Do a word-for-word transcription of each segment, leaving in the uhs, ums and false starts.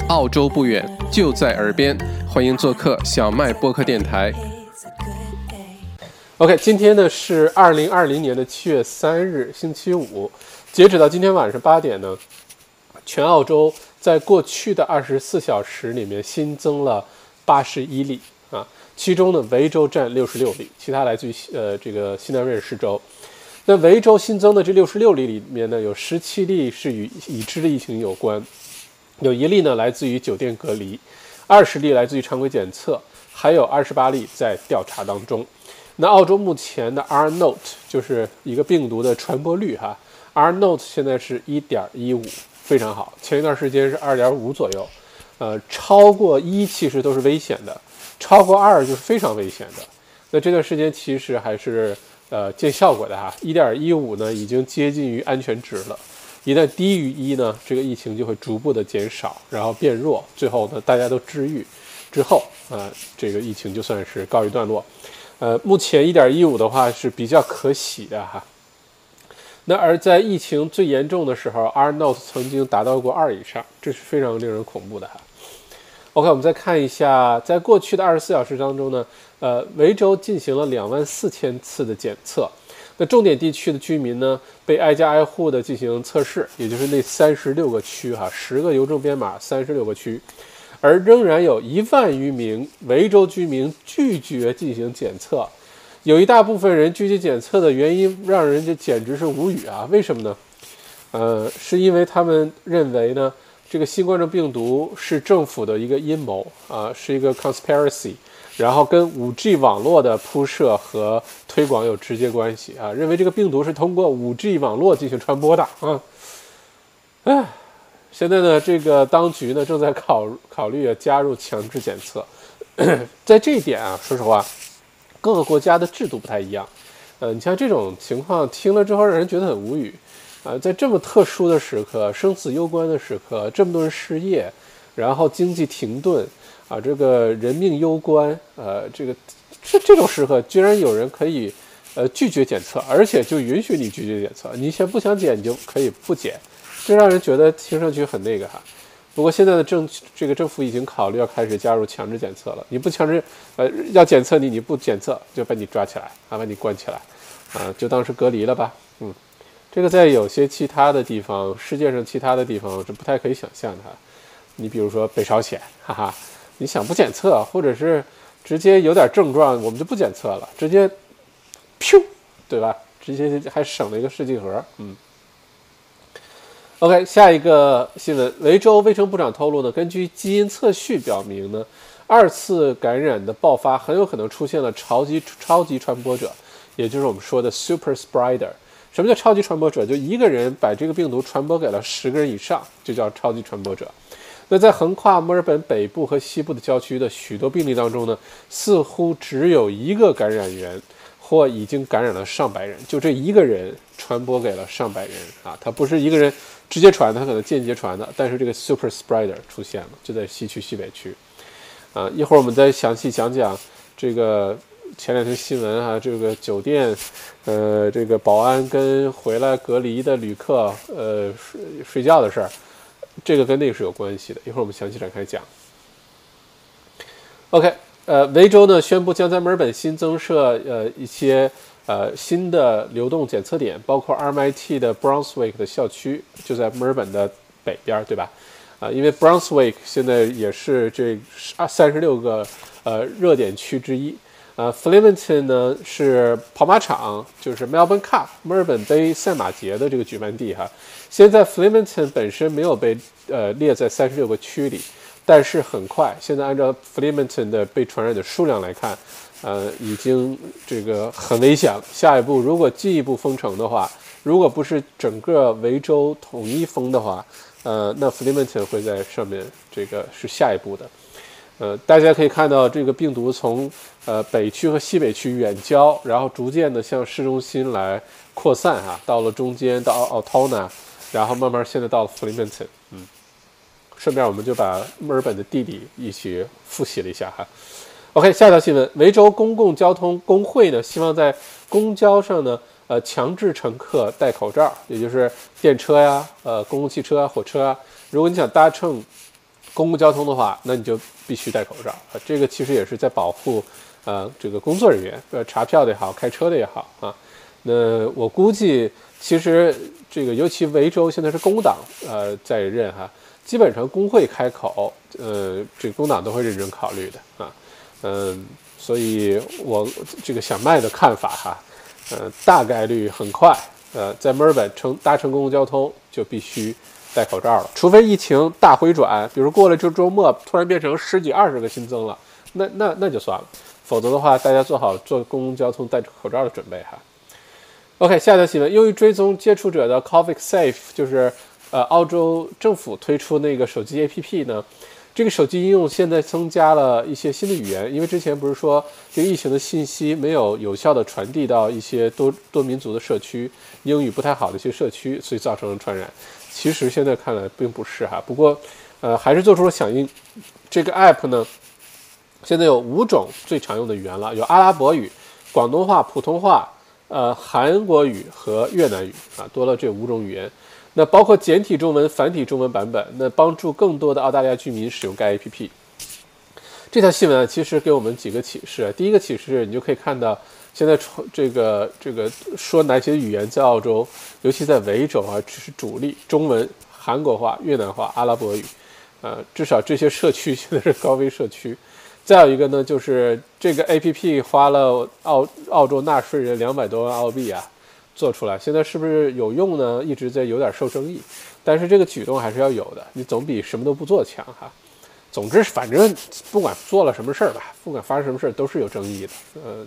澳洲不远，就在耳边，欢迎做客小麦播客电台。OK， 今天呢是二零二零年的七月三日，星期五。截止到今天晚上八点呢，全澳洲在过去的二十四小时里面新增了八十一例啊，其中呢维州占六十六例，其他来自于呃这个西南威尔士州。那维州新增的这六十六例里面呢，有十七例是与已知的疫情有关，有一例呢来自于酒店隔离，二十例来自于常规检测，还有二十八例在调查当中。那澳洲目前的 R naught 就是一个病毒的传播率哈 ，R naught 现在是 一点一五， 非常好。前一段时间是 二点五 左右，呃，超过一其实都是危险的，超过二就是非常危险的。那这段时间其实还是呃见效果的哈 ，一点一五 呢已经接近于安全值了。一旦低于一呢，这个疫情就会逐步的减少，然后变弱，最后呢大家都治愈之后啊、呃，这个疫情就算是告一段落。呃，目前 一点一五 的话是比较可喜的哈。那而在疫情最严重的时候 ，R naught 曾经达到过二以上，这是非常令人恐怖的哈。OK， 我们再看一下，在过去的二十四小时当中呢，呃，维州进行了两万四千次的检测。那重点地区的居民呢，被挨家挨户的进行测试，也就是那三十六个区哈，十个邮政编码，三十六个区。而仍然有一万余名维州居民拒绝进行检测，有一大部分人拒绝检测的原因让人家简直是无语啊！为什么呢？呃，是因为他们认为呢，这个新冠状病毒是政府的一个阴谋啊，是一个 conspiracy， 然后跟 五 G 网络的铺设和推广有直接关系啊，认为这个病毒是通过 五 G 网络进行传播的啊，唉。现在呢，这个当局呢正在考考虑加入强制检测，在这一点啊，说实话，各个国家的制度不太一样。呃，你像这种情况听了之后，让人觉得很无语啊、呃！在这么特殊的时刻、生死攸关的时刻，这么多人失业，然后经济停顿啊，这个人命攸关，呃，这个这这种时刻，居然有人可以呃拒绝检测，而且就允许你拒绝检测，你先不想检，你就可以不检。这让人觉得听上去很那个哈，不过现在的政这个政府已经考虑要开始加入强制检测了。你不强制，呃，要检测你，你不检测就把你抓起来啊，把你关起来，啊，就当是隔离了吧。嗯，这个在有些其他的地方，世界上其他的地方是不太可以想象的哈。你比如说北朝鲜，哈哈，你想不检测，或者是直接有点症状，我们就不检测了，直接，噗，对吧？直接还省了一个试剂盒，嗯。OK， 下一个新闻，维州卫生部长透露呢，根据基因测序表明呢，二次感染的爆发很有可能出现了超级超级传播者，也就是我们说的 super spreader。什么叫超级传播者？就一个人把这个病毒传播给了十个人以上，就叫超级传播者。那在横跨墨尔本北部和西部的郊区的许多病例当中呢，似乎只有一个感染源或已经感染了上百人，就这一个人传播给了上百人啊，他不是一个人直接传的，他可能间接传的，但是这个 super spreader 出现了，就在西区、西北区，啊，一会儿我们再详细讲讲这个前两天新闻啊，这个酒店，呃，这个保安跟回来隔离的旅客，呃，睡睡觉的事儿，这个跟那个是有关系的，一会儿我们详细展开讲。OK， 呃，维州呢宣布将在墨尔本新增设呃一些。呃，新的流动检测点包括 R M I T 的 Brunswick 的校区，就在墨尔本的北边，对吧？啊、呃，因为 Brunswick 现在也是这三十六个呃热点区之一。呃 ，Flemington 呢是跑马场，就是 Melbourne Cup 墨尔本杯赛马节的这个举办地哈。现在 Flemington 本身没有被呃列在三十六个区里，但是很快，现在按照 Flemington 的被传染的数量来看。呃，已经这个很危险了。下一步如果进一步封城的话，如果不是整个维州统一封的话，呃，那 Flemington 会在上面，这个是下一步的。呃，大家可以看到这个病毒从呃北区和西北区远郊，然后逐渐的向市中心来扩散哈、啊，到了中间到 Altona， 然后慢慢现在到了 Flemington。嗯，顺便我们就把墨尔本的地理一起复习了一下哈。OK， 下一条新闻，维州公共交通工会呢，希望在公交上呢，呃，强制乘客戴口罩，也就是电车呀、呃，公共汽车啊、火车啊，如果你想搭乘公共交通的话，那你就必须戴口罩啊。这个其实也是在保护呃这个工作人员，呃查票的也好，开车的也好啊。那我估计，其实这个尤其维州现在是工党呃在任哈，基本上工会开口，呃，这个工党都会认真考虑的啊。嗯，所以我这个小麦的看法哈，呃，大概率很快，呃，在墨尔本乘搭乘公共交通就必须戴口罩了，除非疫情大回转，比如过了这周末突然变成十几二十个新增了，那那那就算了，否则的话，大家做好坐公共交通戴口罩的准备哈。OK， 下条新闻，用于追踪接触者的 COVID Safe 就是呃澳洲政府推出那个手机 A P P 呢。这个手机应用现在增加了一些新的语言，因为之前不是说这个疫情的信息没有有效的传递到一些多多民族的社区，英语不太好的一些社区，所以造成了传染。其实现在看来并不是哈，不过呃还是做出了响应。这个 app 呢，现在有五种最常用的语言了，有阿拉伯语、广东话、普通话、呃韩国语和越南语啊，多了这五种语言。那包括简体中文、繁体中文版本，那帮助更多的澳大利亚居民使用该 A P P。这条新闻其实给我们几个启示。第一个启示，你就可以看到，现在这个这个说哪些语言在澳洲，尤其在维州啊，只是主力，中文、韩国话、越南话、阿拉伯语，呃，至少这些社区现在是高危社区。再有一个呢，就是这个 A P P 花了澳澳洲纳税人两百多万澳币啊。做出来，现在是不是有用呢？一直在有点受争议，但是这个举动还是要有的，你总比什么都不做强哈。总之，反正不管做了什么事儿吧，不管发生什么事儿都是有争议的。呃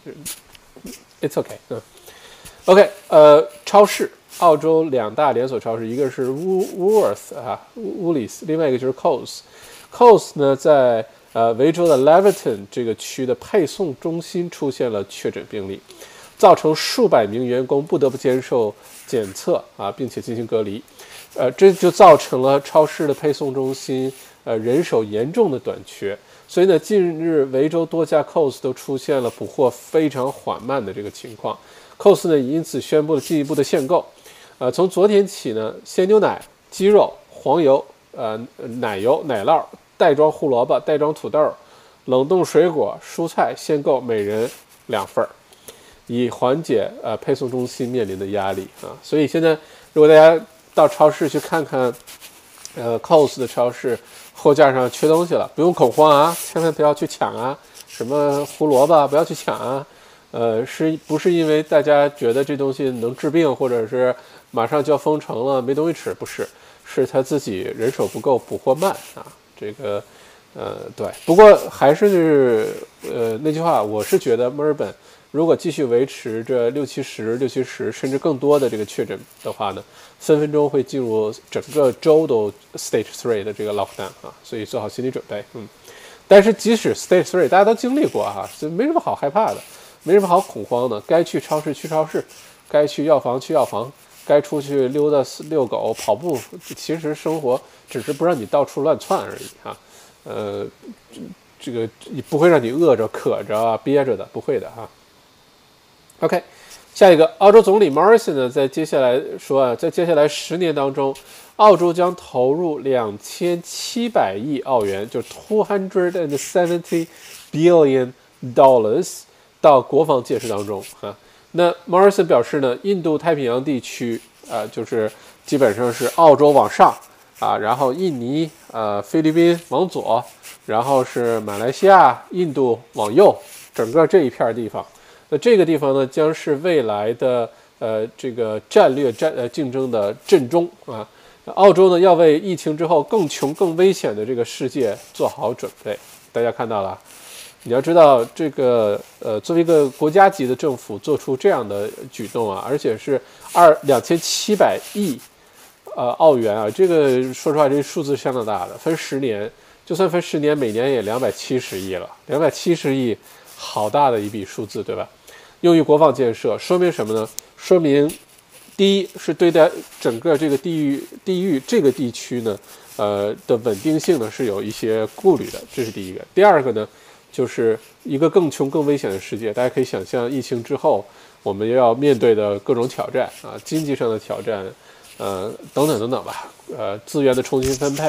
，it's okay， 嗯 ，OK， 呃，超市，澳洲两大连锁超市，一个是 Woolworth 啊 ，Woolies， 另外一个就是 Coles。Coles 呢，在呃维州的 Leverton 这个区的配送中心出现了确诊病例。造成数百名员工不得不接受检测啊，并且进行隔离，呃，这就造成了超市的配送中心呃人手严重的短缺。所以呢，近日维州多家 Coles 都出现了补货非常缓慢的这个情况。Coles 呢，因此宣布了进一步的限购。呃，从昨天起呢，鲜牛奶、鸡肉、黄油、呃奶油、奶酪、袋装胡萝卜、袋装土豆、冷冻水果、蔬菜限购每人两份儿。以缓解呃配送中心面临的压力啊，所以现在如果大家到超市去看看，呃 Coles 的超市货架上缺东西了，不用恐慌啊，千万不要去抢啊，什么胡萝卜不要去抢啊，呃，是不是因为大家觉得这东西能治病，或者是马上就要封城了没东西吃？不是，是他自己人手不够，补货慢啊，这个呃对，不过还是呃那句话，我是觉得墨尔本。如果继续维持着六七十、六七十甚至更多的这个确诊的话呢，分分钟会进入整个州都 Stage Three 的这个 lockdown 啊，所以做好心理准备。嗯，但是即使 Stage Three 大家都经历过哈、啊，所以没什么好害怕的，没什么好恐慌的。该去超市去超市，该去药房去药房，该出去溜达遛狗、跑步，其实生活只是不让你到处乱窜而已哈、啊。呃，这个不会让你饿着、渴着、憋着的，不会的哈、啊。OK， 下一个，澳洲总理 Morrison 呢，在接下来说啊，在接下来十年当中，澳洲将投入两千七百亿澳元，就 two hundred and seventy billion dollars 到国防建设当中啊。那 Morrison 表示呢，印度太平洋地区啊、呃，就是基本上是澳洲往上啊，然后印尼、呃菲律宾往左，然后是马来西亚、印度往右，整个这一片地方。那这个地方呢，将是未来的呃这个战略战呃竞争的阵中啊。澳洲呢，要为疫情之后更穷、更危险的这个世界做好准备。大家看到了，你要知道这个呃，作为一个国家级的政府做出这样的举动啊，而且是二两千七百亿呃澳元啊，这个说实话，这个数字相当大的，分十年，就算分十年，每年也两百七十亿了，两百七十亿，好大的一笔数字，对吧？用于国防建设，说明什么呢？说明第一是对待整个这个地域地域这个地区呢，呃的稳定性呢是有一些顾虑的，这是第一个。第二个呢，就是一个更穷更危险的世界，大家可以想象疫情之后我们要面对的各种挑战啊，经济上的挑战，呃等等等等吧，呃资源的重新分配，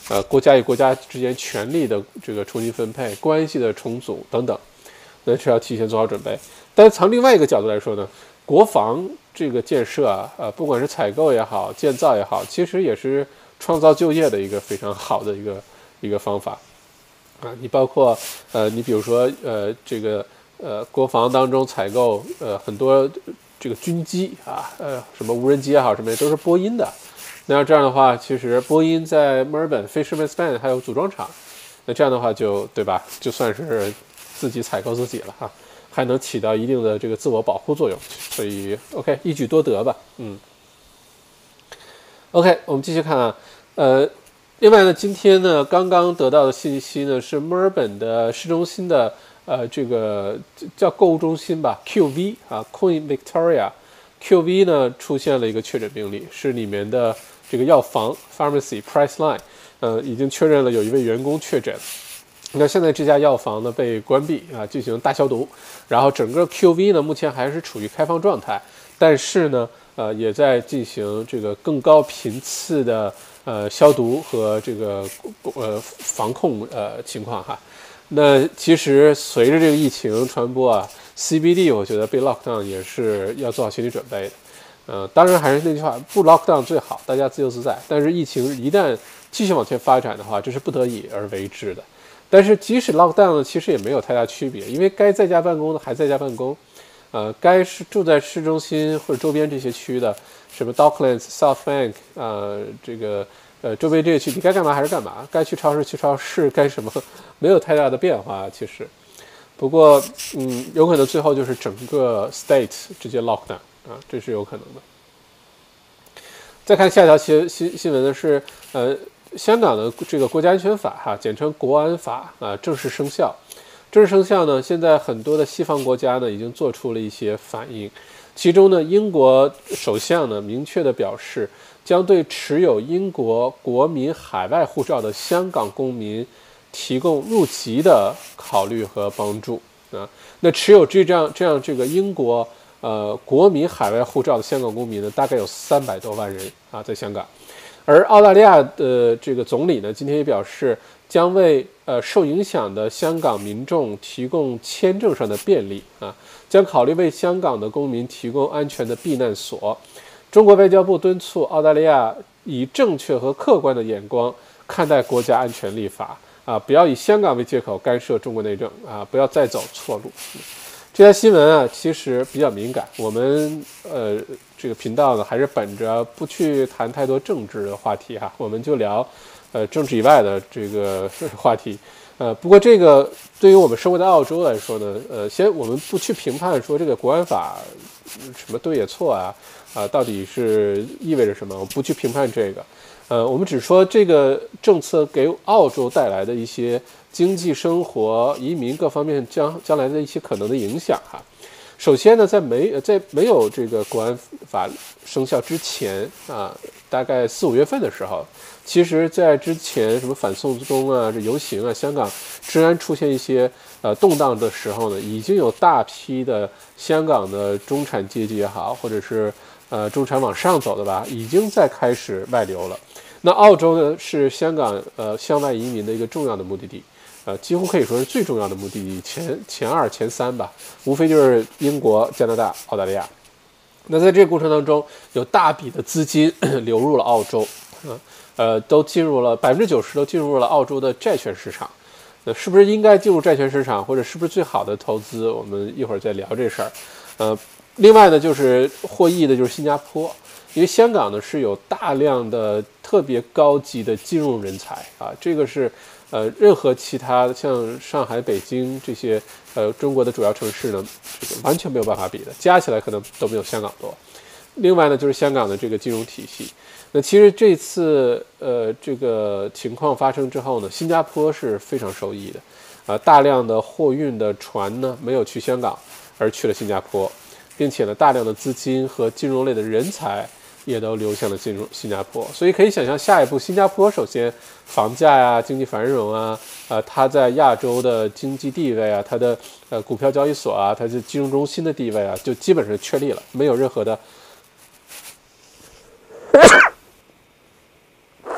呃国家与国家之间权力的这个重新分配、关系的重组等等，那是要提前做好准备。但是从另外一个角度来说呢，国防这个建设啊，呃，不管是采购也好，建造也好，其实也是创造就业的一个非常好的一个一个方法啊。你包括呃，你比如说呃，这个呃，国防当中采购呃很多这个军机啊，呃，什么无人机也好，什么也都是波音的。那要这样的话，其实波音在墨尔本 Fisherman's Bend 还有组装厂，那这样的话就对吧？就算是自己采购自己了哈，还能起到一定的这个自我保护作用。所以 OK， 一举多得吧，嗯。OK， 我们继续看啊，呃，另外呢，今天呢刚刚得到的信息呢是墨尔本的市中心的。呃，这个叫购物中心吧 ，Q V 啊 ，Queen Victoria，Q V 呢出现了一个确诊病例，是里面的这个药房 Pharmacy Priceline， 呃，已经确认了有一位员工确诊。那现在这家药房呢被关闭啊，进行大消毒，然后整个 Q V 呢目前还是处于开放状态，但是呢，呃，也在进行这个更高频次的呃消毒和这个呃防控呃情况哈。那其实随着这个疫情传播啊 ，C B D 我觉得被 lock down 也是要做好心理准备的。呃，当然还是那句话，不 lock down 最好，大家自由自在。但是疫情一旦继续往前发展的话，这是不得已而为之的。但是即使 lock down 呢，其实也没有太大区别，因为该在家办公的还在家办公，呃，该是住在市中心或者周边这些区的，什么 Docklands、South Bank 啊、呃，这个。呃，周边这个区你该干嘛还是干嘛，该去超市去超市，该什么没有太大的变化其实。不过，嗯，有可能最后就是整个 state 直接 lock down 啊，这是有可能的。再看下一条新新新闻呢是，呃，香港的这个国家安全法哈，简称国安法啊，正式生效。正式生效呢，现在很多的西方国家呢已经做出了一些反应，其中呢，英国首相呢明确的表示。将对持有英国国民海外护照的香港公民提供入籍的考虑和帮助啊。那持有这样这样这个英国呃国民海外护照的香港公民呢，大概有三百多万人啊，在香港。而澳大利亚的这个总理呢，今天也表示，将为呃受影响的香港民众提供签证上的便利啊，将考虑为香港的公民提供安全的避难所。中国外交部敦促澳大利亚以正确和客观的眼光看待国家安全立法啊，不要以香港为借口干涉中国内政啊，不要再走错路。这条新闻啊，其实比较敏感，我们呃这个频道呢，还是本着不去谈太多政治的话题哈，我们就聊呃政治以外的这个话题。呃，不过这个对于我们生活在澳洲来说呢，呃，先我们不去评判说这个国安法什么对也错啊。啊，到底是意味着什么？我不去评判这个，呃，我们只说这个政策给澳洲带来的一些经济生活、移民各方面将将来的一些可能的影响哈。首先呢，在没在没有这个国安法生效之前啊，大概四五月份的时候，其实在之前什么反送中啊、这游行啊，香港治安出现一些呃动荡的时候呢，已经有大批的香港的中产阶级也好，或者是呃，中产往上走的吧，已经在开始外流了。那澳洲呢，是香港呃向外移民的一个重要的目的地，呃，几乎可以说是最重要的目的地，前前二、前三吧，无非就是英国、加拿大、澳大利亚。那在这个过程当中，有大笔的资金流入了澳洲，啊，呃，都进入了百分之九十都进入了澳洲的债券市场。那是不是应该进入债券市场，或者是不是最好的投资？我们一会儿再聊这事儿，呃。另外呢，就是获益的就是新加坡，因为香港呢是有大量的特别高级的金融人才啊，这个是呃任何其他像上海、北京这些呃中国的主要城市呢，这个完全没有办法比的，加起来可能都没有香港多。另外呢，就是香港的这个金融体系。那其实这次呃这个情况发生之后呢，新加坡是非常受益的，啊、呃，大量的货运的船呢没有去香港，而去了新加坡。并且呢，大量的资金和金融类的人才也都流向了进入新加坡，所以可以想象，下一步新加坡首先房价呀、经济繁荣啊，呃，它在亚洲的经济地位啊，它的呃股票交易所啊，它的金融中心的地位啊，就基本上确立了，没有任何的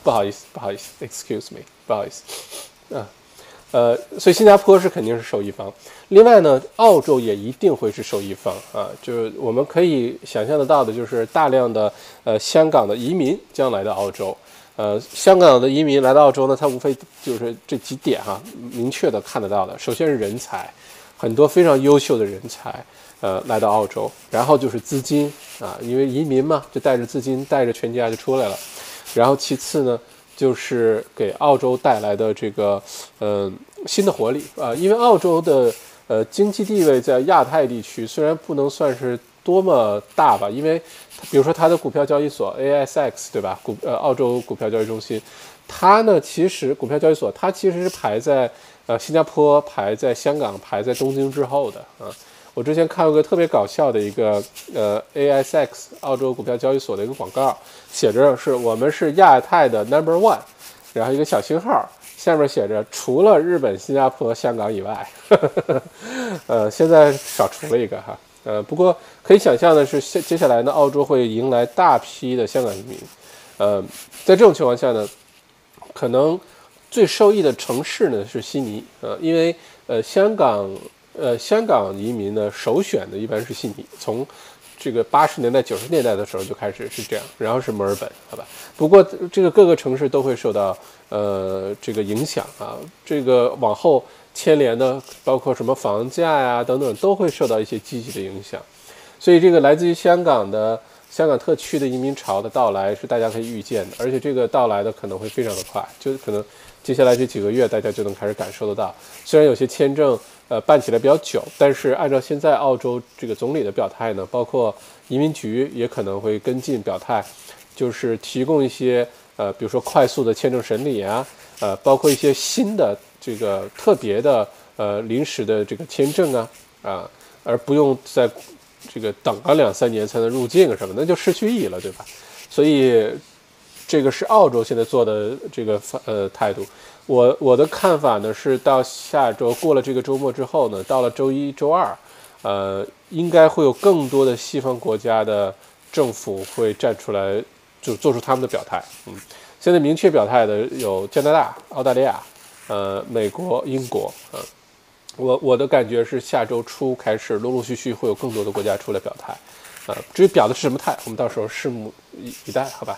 不好意思，不好意思 ，excuse me， 不好意思，啊，呃，所以新加坡是肯定是受益方。另外呢，澳洲也一定会是受益方啊，就是我们可以想象得到的，就是大量的呃香港的移民将来到澳洲。呃，香港的移民来到澳洲呢，它无非就是这几点哈、啊，明确的看得到的。首先是人才，很多非常优秀的人才。呃，来到澳洲，然后就是资金啊，因为移民嘛，就带着资金，带着全家就出来了。然后其次呢，就是给澳洲带来的这个呃新的活力啊，因为澳洲的呃经济地位在亚太地区虽然不能算是多么大吧，因为比如说它的股票交易所 A S X 对吧，股呃澳洲股票交易中心，它呢其实股票交易所它其实是排在呃新加坡、排在香港、排在东京之后的啊。我之前看过个特别搞笑的一个呃 A S X 澳洲股票交易所的一个广告，写着是我们是亚太的 number one， 然后一个小星号，下面写着除了日本、新加坡、香港以外，呵呵呃，现在少除了一个哈，呃，不过可以想象的是，接下来呢，澳洲会迎来大批的香港移民，呃，在这种情况下呢，可能最受益的城市呢是悉尼，呃，因为呃香港。呃，香港移民呢，首选的一般是悉尼，从这个八十年代、九十年代的时候就开始是这样，然后是墨尔本，好吧。不过这个各个城市都会受到呃这个影响啊，这个往后牵连的，包括什么房价呀等等，都会受到一些积极的影响。所以这个来自于香港的香港特区的移民潮的到来是大家可以预见的，而且这个到来的可能会非常的快，就可能接下来这几个月大家就能开始感受得到。虽然有些签证呃办起来比较久，但是按照现在澳洲这个总理的表态呢，包括移民局也可能会跟进表态，就是提供一些呃比如说快速的签证审理啊，呃包括一些新的这个特别的呃临时的这个签证啊啊，而不用在这个等了两三年才能入境什么的，那就失去意义了，对吧？所以这个是澳洲现在做的这个呃态度。我我的看法呢是，到下周过了这个周末之后呢，到了周一周二，呃，应该会有更多的西方国家的政府会站出来，就做出他们的表态。嗯，现在明确表态的有加拿大、澳大利亚、呃，美国、英国啊。呃我我的感觉是，下周初开始，陆陆续续会有更多的国家出来表态，啊、呃，至于表的是什么态，我们到时候拭目以待，好吧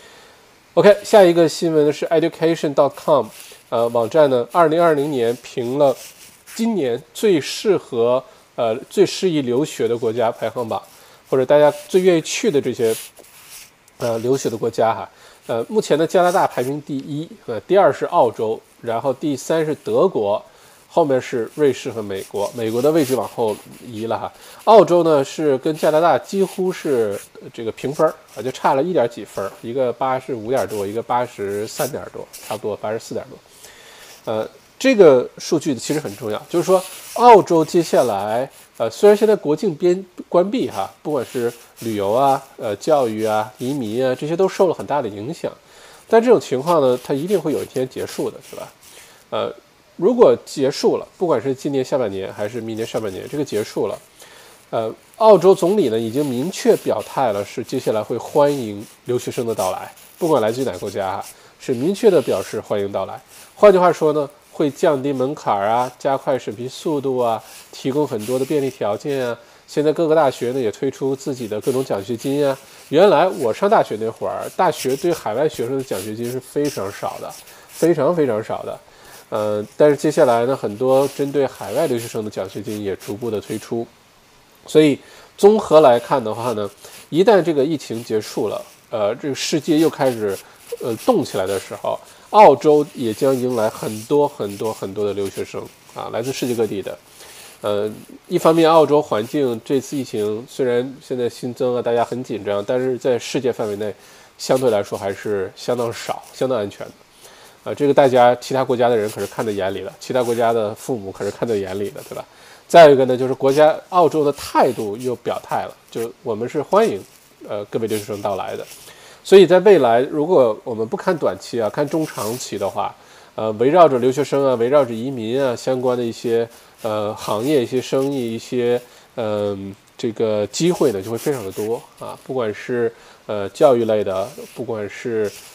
？OK， 下一个新闻呢是 education dot com， 呃，网站呢，二零二零年评了今年最适合呃最适宜留学的国家排行榜，或者大家最愿意去的这些呃留学的国家哈，呃，目前的加拿大排名第一，呃，第二是澳洲，然后第三是德国。后面是瑞士和美国，美国的位置往后移了哈。澳洲呢是跟加拿大几乎是这个平分啊，就差了一点几分，一个八十五点多，一个八十三点多，差不多八十四点多。呃，这个数据其实很重要，就是说澳洲接下来呃虽然现在国境边关闭哈，不管是旅游啊、呃教育啊、移民啊这些都受了很大的影响，但这种情况呢，它一定会有一天结束的，是吧？呃。如果结束了，不管是今年下半年还是明年上半年，这个结束了，呃，澳洲总理呢已经明确表态了，是接下来会欢迎留学生的到来，不管来自于哪个国家哈，是明确的表示欢迎到来。换句话说呢，会降低门槛啊，加快审批速度啊，提供很多的便利条件啊。现在各个大学呢也推出自己的各种奖学金啊。原来我上大学那会儿，大学对海外学生的奖学金是非常少的，非常非常少的。呃，但是接下来呢，很多针对海外留学生的奖学金也逐步的推出，所以综合来看的话呢，一旦这个疫情结束了，呃，这个世界又开始呃动起来的时候，澳洲也将迎来很多很多很多的留学生啊，来自世界各地的。呃，一方面，澳洲环境这次疫情虽然现在新增啊，大家很紧张，但是在世界范围内，相对来说还是相当少、相当安全的。啊、呃，这个大家其他国家的人可是看在眼里的，其他国家的父母可是看在眼里的，对吧？再有一个呢，就是国家澳洲的态度又表态了，就我们是欢迎呃各位留学生到来的。所以在未来，如果我们不看短期啊，看中长期的话，呃，围绕着留学生啊，围绕着移民啊相关的一些呃行业、一些生意、一些嗯、呃、这个机会呢，就会非常的多啊，不管是呃教育类的，不管是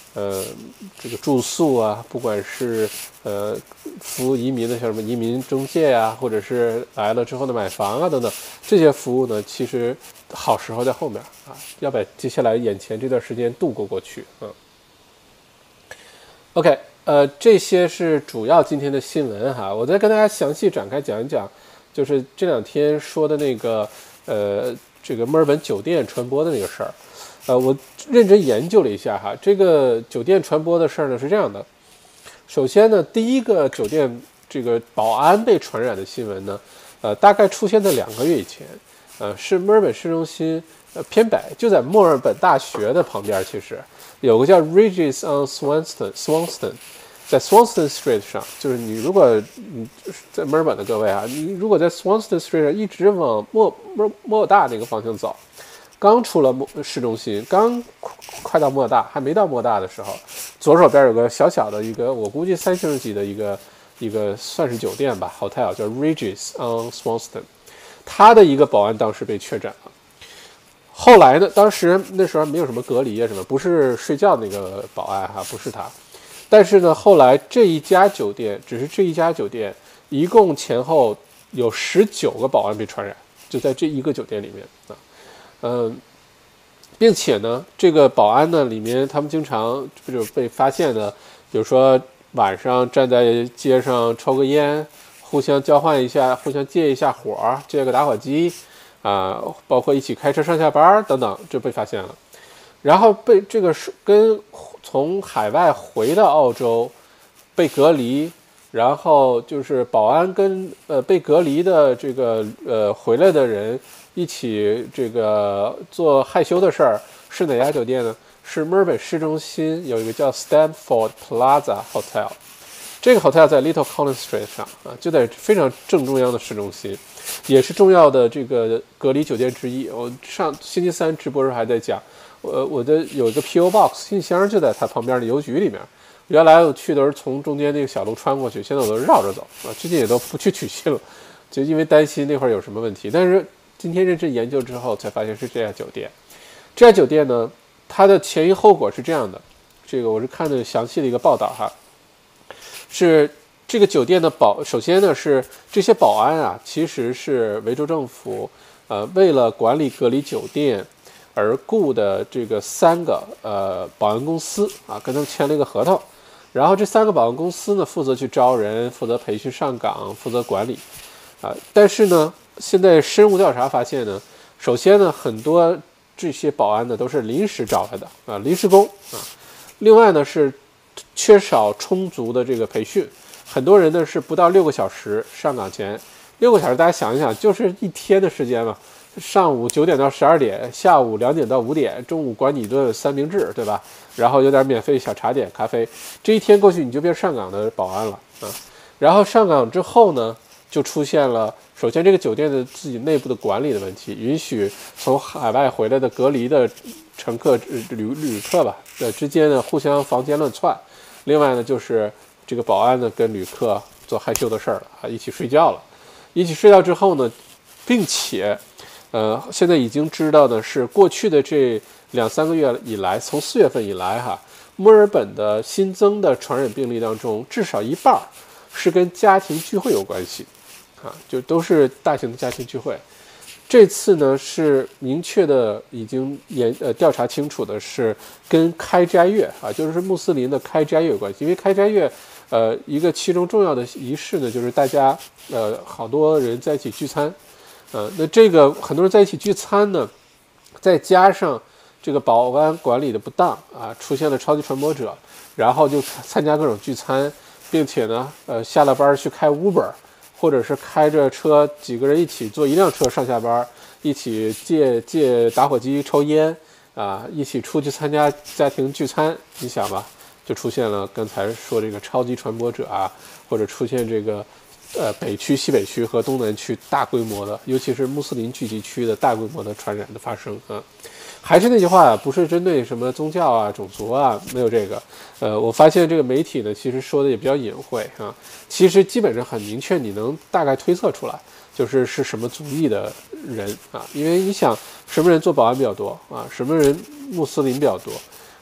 呃这个住宿啊，不管是呃服务移民的，像什么移民中介啊，或者是来了之后的买房啊等等，这些服务呢，其实好时候在后面啊，要把接下来眼前这段时间度过过去啊。OK， 呃，这些是主要今天的新闻哈，我再跟大家详细展开讲一讲，就是这两天说的那个呃这个墨尔本酒店传播的那个事儿。呃，我认真研究了一下哈，这个酒店传播的事儿呢是这样的。首先呢，第一个酒店这个保安被传染的新闻呢，呃，大概出现在两个月以前，呃，是墨尔本市中心呃偏北，就在墨尔本大学的旁边，其实有个叫 Regis on Swanston Swanston， 在 Swanston Street 上，就是你如果你在墨尔本的各位啊，你如果在 Swanston Street 上一直往墨墨墨尔大那个方向走。刚出了市中心，刚快到莫大，还没到莫大的时候，左手边有个小小的一个，我估计三星级的一个一个算是酒店吧 ，hotel 叫 Regis on Swanston， 他的一个保安当时被确诊了。后来呢，当时那时候没有什么隔离啊什么，不是睡觉那个保安哈，不是他。但是呢，后来这一家酒店，只是这一家酒店，一共前后有十九个保安被传染，就在这一个酒店里面啊。嗯，并且呢，这个保安呢，里面他们经常就被发现的，比如说晚上站在街上抽个烟，互相交换一下，互相借一下火，借个打火机，啊、呃，包括一起开车上下班等等，就被发现了。然后被这个跟从海外回到澳洲被隔离，然后就是保安跟呃被隔离的这个呃回来的人。一起这个做害羞的事儿是哪家酒店呢？是墨尔本市中心有一个叫 Stamford Plaza Hotel， 这个 hotel 在 Little Collins Street 上啊，就在非常正中央的市中心，也是重要的这个隔离酒店之一。我上星期三直播时候还在讲，我我的有一个 P O Box 信箱就在它旁边的邮局里面。原来我去都是从中间那个小路穿过去，现在我都绕着走啊，最近也都不去取信了，就因为担心那会儿有什么问题，但是。今天认真研究之后，才发现是这家酒店。这家酒店呢，它的前因后果是这样的。这个我是看的详细的一个报道哈，是这个酒店的保，首先呢是这些保安啊，其实是维州政府呃为了管理隔离酒店而雇的这个三个呃保安公司啊，跟他们签了一个合同。然后这三个保安公司呢，负责去招人，负责培训上岗，负责管理啊。但是呢。现在深入调查发现呢，首先呢，很多这些保安呢都是临时招来的啊，临时工啊。另外呢是缺少充足的这个培训，很多人呢是不到六个小时上岗前，六个小时大家想一想，就是一天的时间嘛。上午九点到十二点，下午两点到五点，中午管你一顿三明治，对吧？然后有点免费小茶点、咖啡，这一天过去你就变上岗的保安了啊。然后上岗之后呢，就出现了。首先，这个酒店的自己内部的管理的问题，允许从海外回来的隔离的乘客、旅旅客吧，呃之间呢互相房间乱窜。另外呢，就是这个保安呢跟旅客做害羞的事儿了啊，一起睡觉了。一起睡觉之后呢，并且，呃，现在已经知道的是，过去的这两三个月以来，从四月份以来哈，墨尔本的新增的传染病例当中，至少一半是跟家庭聚会有关系。啊，就都是大型的家庭聚会。这次呢是明确的，已经研呃调查清楚的是跟开斋月啊，就是穆斯林的开斋月有关系。因为开斋月，呃，一个其中重要的仪式呢，就是大家呃好多人在一起聚餐，呃，那这个很多人在一起聚餐呢，再加上这个保安管理的不当啊，出现了超级传播者，然后就参加各种聚餐，并且呢，呃，下了班去开 Uber。或者是开着车几个人一起坐一辆车上下班，一起借借打火机抽烟啊，一起出去参加家庭聚餐，你想吧，就出现了刚才说这个超级传播者啊，或者出现这个呃北区、西北区和东南区大规模的，尤其是穆斯林聚集区的大规模的传染的发生啊。还是那句话啊，不是针对什么宗教啊、种族啊，没有这个。呃，我发现这个媒体呢，其实说的也比较隐晦啊。其实基本上很明确，你能大概推测出来，就是是什么族裔的人啊。因为你想，什么人做保安比较多啊？什么人穆斯林比较多？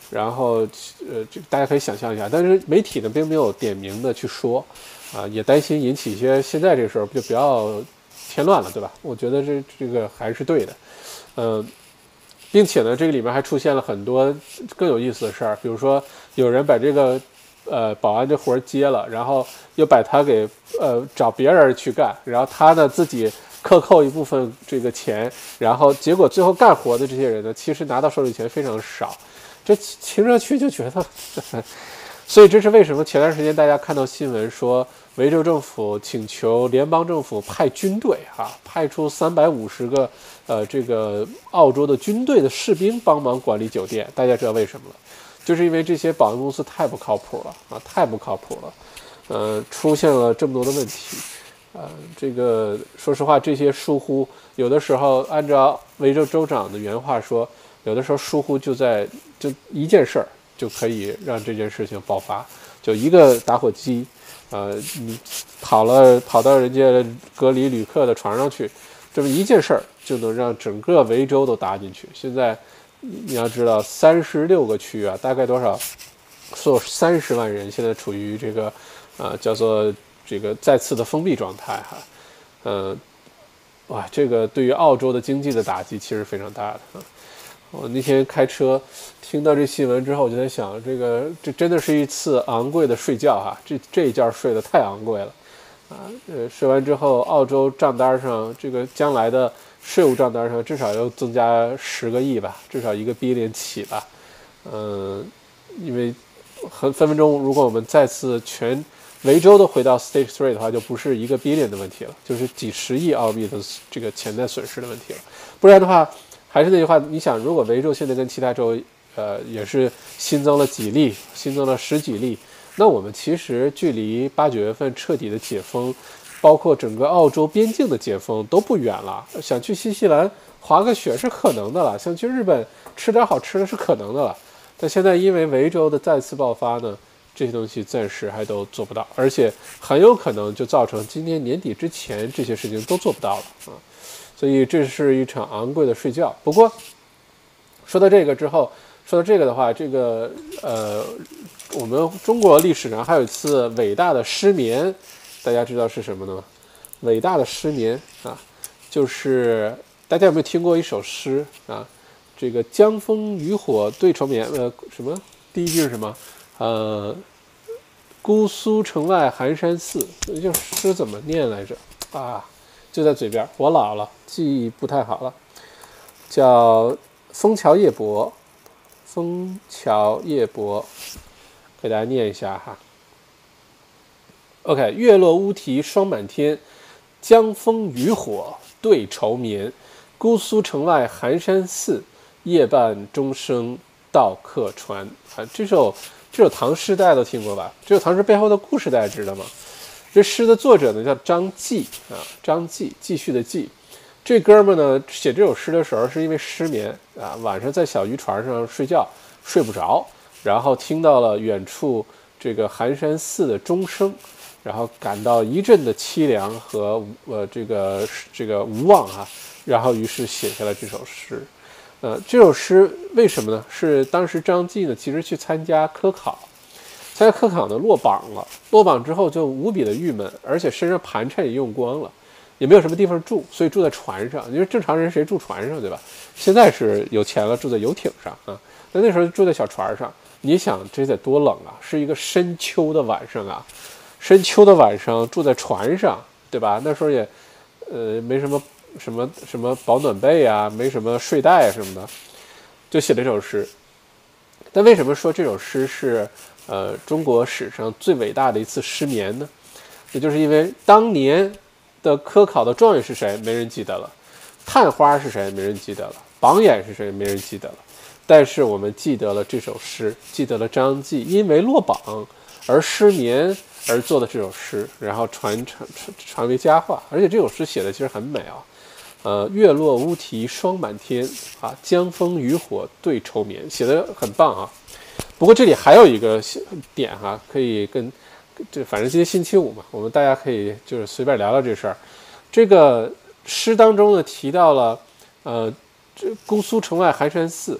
然后呃，这大家可以想象一下，但是媒体呢并没有点名的去说，啊，也担心引起一些现在这个时候就不要添乱了，对吧？我觉得这这个还是对的，嗯、呃，并且呢，这个里面还出现了很多更有意思的事儿，比如说有人把这个呃保安这活接了，然后又把他给呃找别人去干，然后他呢自己克扣一部分这个钱，然后结果最后干活的这些人呢，其实拿到手里钱非常少，这听上去就觉得，所以这是为什么前段时间大家看到新闻说，维州政府请求联邦政府派军队啊，派出三百五十个呃这个澳洲的军队的士兵帮忙管理酒店，大家知道为什么了？就是因为这些保安公司太不靠谱了啊，太不靠谱了，呃，出现了这么多的问题。呃，这个说实话，这些疏忽有的时候，按照维州州长的原话说，有的时候疏忽就在就一件事儿就可以让这件事情爆发，就一个打火机，呃，你跑了跑到人家隔离旅客的床上去，这么一件事儿就能让整个维州都打进去。现在你要知道，三十六个区啊，大概多少？所有三十万人现在处于这个啊、呃、叫做。这个再次的封闭状态哈，嗯、呃，哇，这个对于澳洲的经济的打击其实非常大的啊。我那天开车听到这新闻之后，我就在想，这个这真的是一次昂贵的睡觉哈，这这一觉睡得太昂贵了啊。呃，睡完之后，澳洲账单上这个将来的税务账单上至少要增加十个亿吧，至少一个 billion 起吧。嗯、呃，因为很分分钟，如果我们再次全维州都回到 Stage Three 的话，就不是一个 billion 的问题了，就是几十亿澳币的这个潜在损失的问题了。不然的话，还是那句话，你想，如果维州现在跟其他州，呃，也是新增了几例，新增了十几例，那我们其实距离八九月份彻底的解封，包括整个澳洲边境的解封都不远了。想去新西兰滑个雪是可能的了，想去日本吃点好吃的是可能的了。但现在因为维州的再次爆发呢，这些东西暂时还都做不到，而且很有可能就造成今年年底之前这些事情都做不到了啊！所以这是一场昂贵的睡觉。不过说到这个之后，说到这个的话，这个呃，我们中国历史上还有一次伟大的失眠，大家知道是什么呢？伟大的失眠啊，就是大家有没有听过一首诗啊？这个江枫渔火对愁眠，呃，什么？第一句是什么？呃，姑苏城外寒山寺，这诗怎么念来着？啊，就在嘴边，我老了，记忆不太好了。叫《枫桥夜泊》，枫桥夜泊，给大家念一下哈。OK， 月落乌啼霜满天，江枫渔火对愁眠。姑苏城外寒山寺，夜半钟声到客船。啊，这首。这首唐诗大家都听过吧？这首唐诗背后的故事大家知道吗？这诗的作者呢叫张继啊，张继，继续的继。这哥们呢写这首诗的时候是因为失眠啊，晚上在小渔船上睡觉睡不着，然后听到了远处这个寒山寺的钟声，然后感到一阵的凄凉和呃这个这个无望啊，然后于是写下了这首诗。呃，这首诗为什么呢？是当时张继呢，其实去参加科考，参加科考呢落榜了，落榜之后就无比的郁闷，而且身上盘缠也用光了，也没有什么地方住，所以住在船上。因为正常人谁住船上，对吧？现在是有钱了，住在游艇上啊，那那时候住在小船上。你想这得多冷啊！是一个深秋的晚上啊，深秋的晚上住在船上，对吧？那时候也，呃，没什么。什么什么保暖被啊，没什么睡袋什么的，就写了这首诗。但为什么说这首诗是呃中国史上最伟大的一次失眠呢？也就是因为当年的科考的状元是谁，没人记得了；探花是谁，没人记得了；榜眼是谁，没人记得了。但是我们记得了这首诗，记得了张继因为落榜而失眠而做的这首诗，然后传传传传为佳话。而且这首诗写的其实很美啊。呃，月落乌啼霜满天啊，江枫渔火对愁眠，写的很棒啊。不过这里还有一个点哈、啊，可以跟这反正今天星期五嘛，我们大家可以就是随便聊聊这事儿。这个诗当中呢提到了，呃，这姑苏城外寒山寺，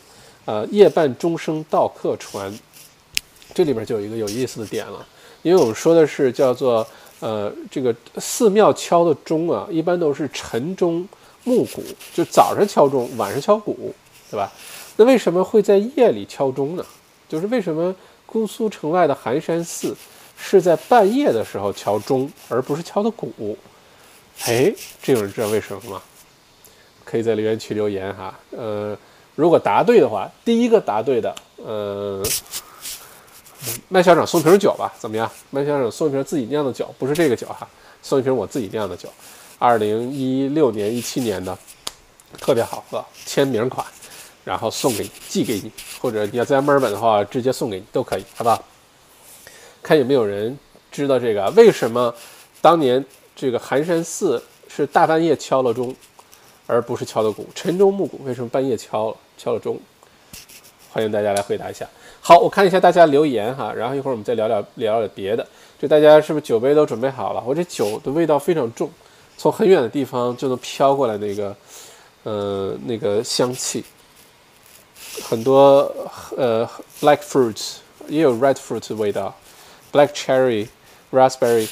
呃，夜半钟声到客船，这里边就有一个有意思的点了，因为我们说的是叫做呃这个寺庙敲的钟啊，一般都是晨钟暮鼓，就早上敲钟，晚上敲鼓，对吧？那为什么会在夜里敲钟呢？就是为什么姑苏城外的寒山寺是在半夜的时候敲钟，而不是敲的鼓？哎，这有人知道为什么吗？可以在留言区留言哈。呃，如果答对的话，第一个答对的，呃，麦校长送瓶酒吧，怎么样？麦校长送一瓶自己酿的酒，不是这个酒哈，送一瓶我自己酿的酒，二零一六年、一七年的，特别好喝，签名款，然后送给你，寄给你，或者你要在墨尔本的话，直接送给你都可以，好不好？看有没有人知道这个？为什么当年这个寒山寺是大半夜敲了钟，而不是敲的鼓？晨钟暮鼓，为什么半夜敲了敲了钟？欢迎大家来回答一下。好，我看一下大家留言哈，然后一会儿我们再聊聊聊聊别的。就大家是不是酒杯都准备好了？我这酒的味道非常重，从很远的地方就能飘过来那个，呃，那个香气。很多呃 black fruits 也有 red fruit 的味道 ，black cherry、raspberry，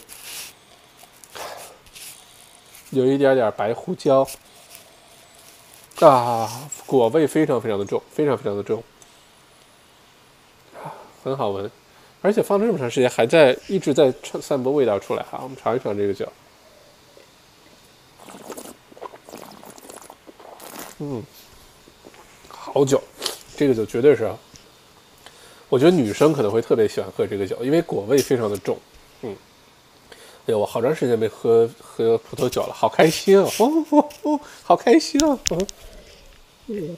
有一点点白胡椒。啊，果味非常非常的重，非常非常的重，很好闻，而且放这么长时间还在一直在散播味道出来哈。我们尝一尝这个酒，嗯，好酒，这个酒绝对是，我觉得女生可能会特别喜欢喝这个酒，因为果味非常的重，嗯。哎呦，我好长时间没喝喝葡萄酒了，好开心啊！哦哦哦，好开心啊！嗯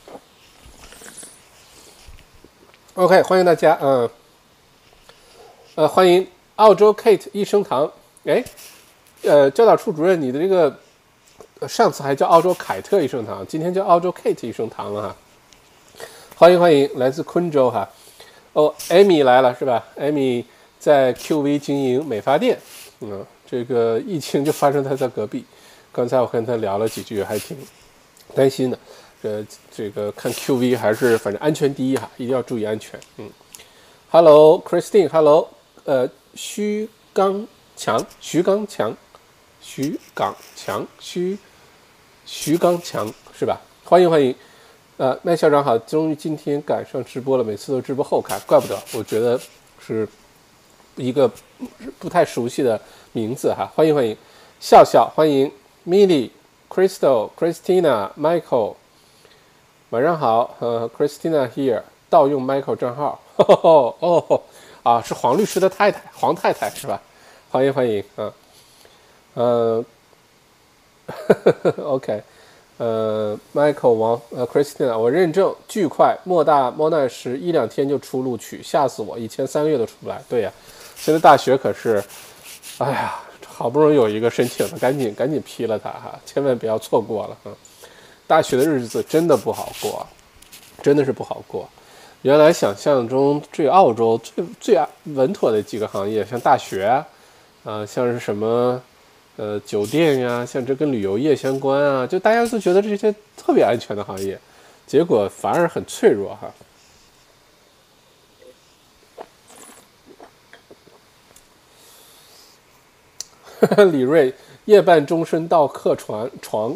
OK， 欢迎大家，嗯，呃，欢迎澳洲 Kate 益生堂。哎，呃，教导处主任，你的这个上次还叫澳洲凯特益生堂，今天叫澳洲 Kate 益生堂了哈。欢迎欢迎，来自昆州哈。哦 ，Amy 来了是吧 ？Amy 在 Q V 经营美发店。嗯，这个疫情就发生在他隔壁。刚才我跟他聊了几句，还挺担心的。呃，这个看 Q V 还是反正安全第一哈，一定要注意安全。嗯 ，Hello Christine，Hello， 呃，徐刚强，徐刚强，徐刚强，徐徐刚强是吧？欢迎欢迎。呃，麦校长好，终于今天赶上直播了，每次都直播后看，怪不得，我觉得是一个不太熟悉的名字哈，欢迎欢迎，笑笑欢迎 Milly、Crystal、Christina、Michael， 晚上好，呃 Christina here， 盗用 Michael 账号，哦哦啊，是黄律师的太太，黄太太是吧？欢迎欢迎，嗯、啊，呃，OK， 呃 ，Michael 王呃 Christina， 我认证巨快，莫大莫奈什一两天就出录取，吓死我，以前三个月都出不来，对呀、啊。现在大学可是，哎呀，好不容易有一个申请了，赶紧赶紧批了它哈，千万不要错过了哈。大学的日子真的不好过，真的是不好过。原来想象中这个澳洲最最稳妥的几个行业，像大学啊，呃、像是什么呃酒店呀，像这跟旅游业相关啊，就大家都觉得这些特别安全的行业，结果反而很脆弱哈。李瑞，夜半钟声到客船床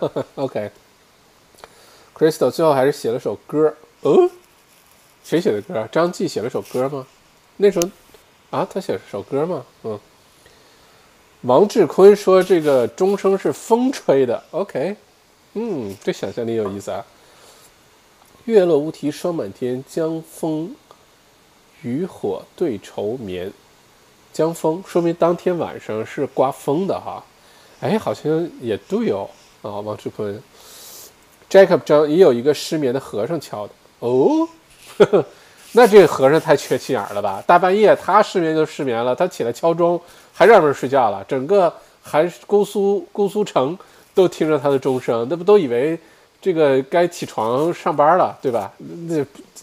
，OK。Crystal 最后还是写了首歌，哦，谁写的歌？张继写了首歌吗？那时候啊，他写了首歌吗？嗯。王志坤说这个钟声是风吹的 ，OK， 嗯，这想象力有意思啊。月落乌啼霜满天，江枫渔火对愁眠。江风说明当天晚上是刮风的哈，哎，好像也对哦。啊，王志坤 ，Jacob 张也有一个失眠的和尚敲的哦，呵呵，那这个和尚太缺心眼了吧？大半夜他失眠就失眠了，他起来敲钟还让人睡觉了，整个还姑苏姑苏城都听着他的钟声，那不都以为这个该起床上班了，对吧？那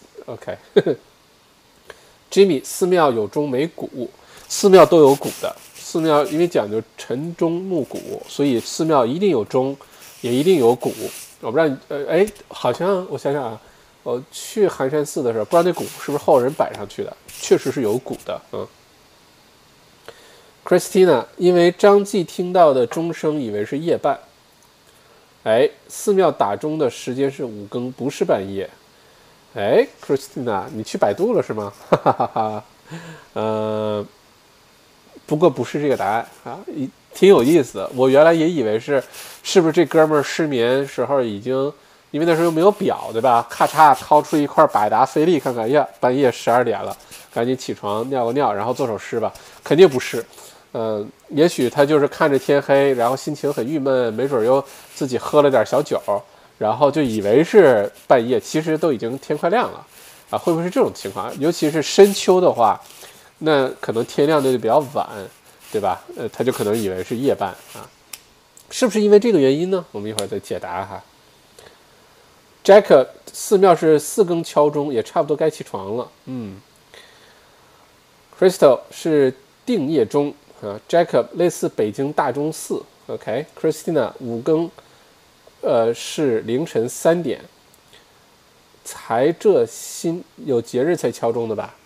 OK，Jimmy 寺庙有钟没鼓。寺庙都有鼓的，寺庙因为讲究晨钟暮鼓，所以寺庙一定有钟，也一定有鼓。我不知道，呃，哎，好像我想想啊， 我去寒山寺的时候，不知道那鼓是不是后人摆上去的，确实是有鼓的。嗯 ，Christina 因为张继听到的钟声以为是夜半，哎，寺庙打钟的时间是五更，不是半夜。哎 ，Christina， 你去百度了是吗？哈哈哈哈。呃，不过不是这个答案啊，挺有意思的。我原来也以为是，是不是这哥们儿失眠时候已经，因为那时候又没有表，对吧？咔嚓掏出一块百达翡丽看看，呀，半夜十二点了，赶紧起床尿个尿，然后做首诗吧。肯定不是，嗯、呃，也许他就是看着天黑，然后心情很郁闷，没准又自己喝了点小酒，然后就以为是半夜，其实都已经天快亮了。啊，会不会是这种情况？尤其是深秋的话，那可能天亮的就比较晚，对吧？呃，他就可能以为是夜半啊，是不是因为这个原因呢？我们一会儿再解答哈。Jack 寺庙是四更敲钟，也差不多该起床了。嗯 ，Crystal 是定夜钟啊 ，Jack 类似北京大钟寺。OK，Christina 五更，呃是凌晨三点。才这新有节日才敲钟的吧？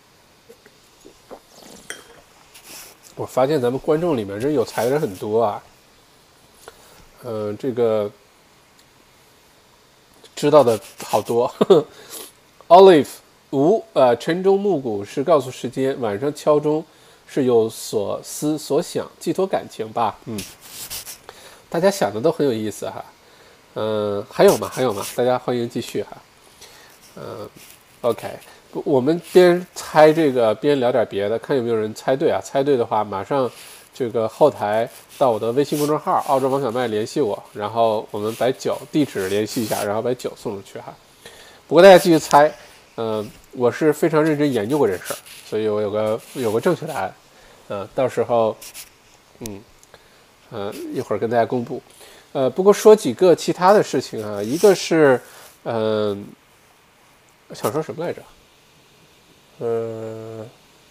我发现咱们观众里面这有才的人很多啊。嗯、呃，这个知道的好多。Olive 五呃，晨钟暮鼓是告诉时间，晚上敲钟是有所思所想，寄托感情吧。嗯，大家想的都很有意思哈。嗯、呃，还有吗？还有吗？大家欢迎继续哈。嗯 ，OK， 我们边猜这个边聊点别的，看有没有人猜对啊？猜对的话，马上这个后台到我的微信公众号“澳洲王小麦”联系我，然后我们把酒地址联系一下，然后把酒送出去哈。不过大家继续猜，嗯、呃，我是非常认真研究过这事儿，所以我有个有个正确答案，嗯、呃，到时候，嗯，呃，一会儿跟大家公布。呃，不过说几个其他的事情啊，一个是，嗯、呃。想说什么来着？嗯、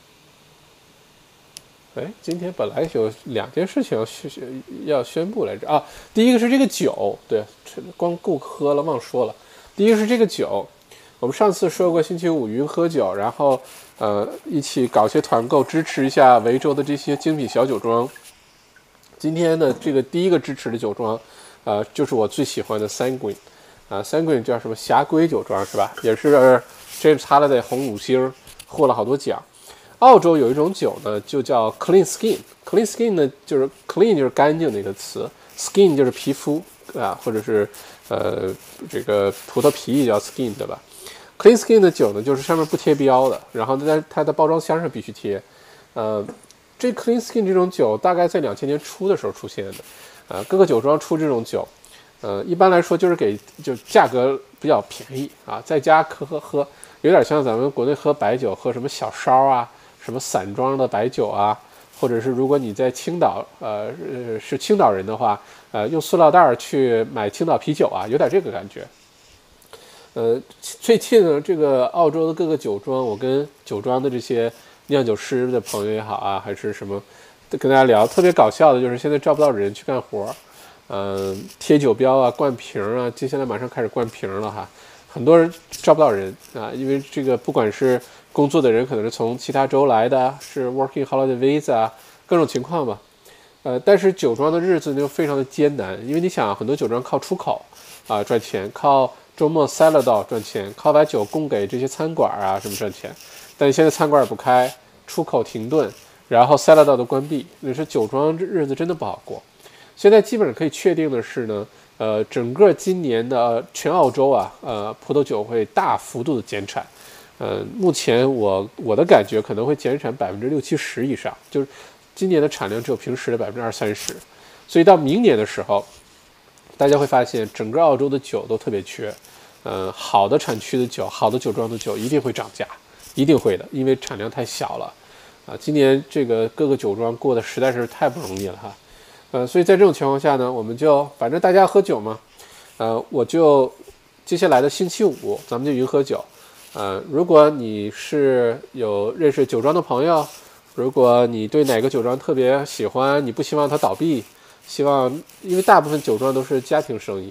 呃，哎，今天本来有两件事情要宣要宣布来着啊。第一个是这个酒，对，光顾喝了忘说了。第一个是这个酒，我们上次说过星期五云喝酒，然后呃一起搞些团购，支持一下维州的这些精品小酒庄。今天的这个第一个支持的酒庄，呃，就是我最喜欢的 Sanguine。啊 ，Sanguine 叫什么峡龟酒庄是吧？也是 James Halliday 红五星，获了好多奖。澳洲有一种酒呢，就叫 Clean Skin。Clean Skin 呢，就是 Clean 就是干净的一个词 ，Skin 就是皮肤啊，或者是呃这个葡萄皮也叫 Skin 对吧 ？Clean Skin 的酒呢，就是上面不贴标的，然后在它的包装箱上必须贴。呃，这 Clean Skin 这种酒大概在两千年初的时候出现的，啊、呃，各个酒庄出这种酒。呃，一般来说就是给就价格比较便宜啊，在家喝喝喝，有点像咱们国内喝白酒，喝什么小烧啊，什么散装的白酒啊，或者是如果你在青岛，呃呃是青岛人的话，呃用塑料袋去买青岛啤酒啊，有点这个感觉。呃，最近呢，这个澳洲的各个酒庄，我跟酒庄的这些酿酒师的朋友也好啊，还是什么，跟大家聊，特别搞笑的就是现在招不到人去干活。嗯、呃，贴酒标啊，灌瓶啊，接下来马上开始灌瓶了哈，很多人招不到人啊，因为这个不管是工作的人可能是从其他州来的，是 working holiday visa， 各种情况吧。呃，但是酒庄的日子就非常的艰难，因为你想，很多酒庄靠出口啊赚钱，靠周末 salad 赚钱，靠把酒供给这些餐馆啊什么赚钱，但现在餐馆也不开，出口停顿，然后 salad 都关闭，你说酒庄日子真的不好过。现在基本上可以确定的是呢，呃，整个今年的全澳洲啊，呃，葡萄酒会大幅度的减产，呃，目前我我的感觉可能会减产百分之六七十以上，就是今年的产量只有平时的百分之二三十，所以到明年的时候，大家会发现整个澳洲的酒都特别缺，呃，好的产区的酒，好的酒庄的酒一定会涨价，一定会的，因为产量太小了，啊，今年这个各个酒庄过得实在是太不容易了哈。呃，所以在这种情况下呢，我们就反正大家喝酒嘛，呃，我就接下来的星期五咱们就云喝酒，呃，如果你是有认识酒庄的朋友，如果你对哪个酒庄特别喜欢，你不希望它倒闭，希望因为大部分酒庄都是家庭生意，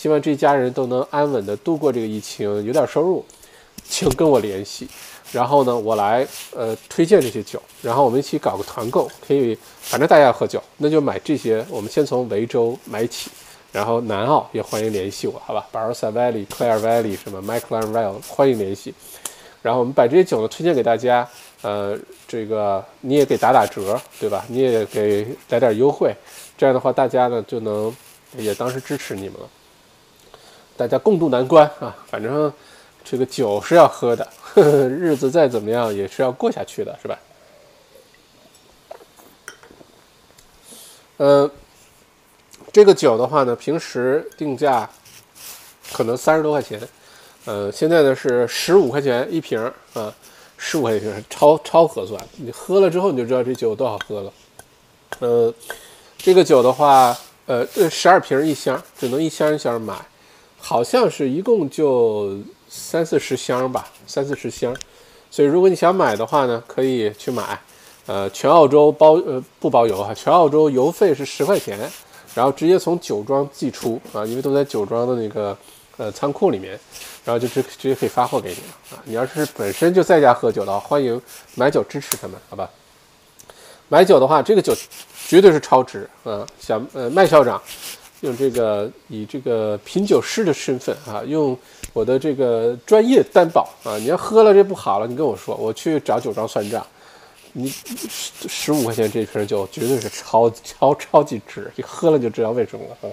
希望这一家人都能安稳的度过这个疫情，有点收入，请跟我联系。然后呢，我来呃推荐这些酒，然后我们一起搞个团购，可以，反正大家要喝酒，那就买这些。我们先从维州买起，然后南澳也欢迎联系我，好吧 ？Barossa Valley、Clare Valley 什么 McLaren Vale 欢迎联系。然后我们把这些酒呢推荐给大家，呃，这个你也给打打折，对吧？你也给来点优惠，这样的话大家呢就能也当时支持你们了，大家共度难关啊！反正这个酒是要喝的。呵呵，日子再怎么样也是要过下去的，是吧？呃，这个酒的话呢，平时定价可能三十多块钱，呃，现在呢是十五块钱一瓶啊，十五块钱一瓶，超超合算。你喝了之后你就知道这酒多好喝了。呃，这个酒的话，呃，十二瓶一箱，只能一箱一箱买，好像是一共就三四十箱吧，三四十箱。所以如果你想买的话呢，可以去买。呃，全澳洲包呃不包邮啊，全澳洲邮费是十块钱，然后直接从酒庄寄出啊，因为都在酒庄的那个呃仓库里面，然后就直直接可以发货给你了啊。你要是本身就在家喝酒的话，欢迎买酒支持他们，好吧？买酒的话，这个酒绝对是超值啊！小呃麦校长用这个以这个品酒师的身份啊，用我的这个专业担保啊，你要喝了这不好了，你跟我说，我去找酒庄算账。你十十五块钱这瓶酒绝对是超超超级值，你喝了就知道为什么了。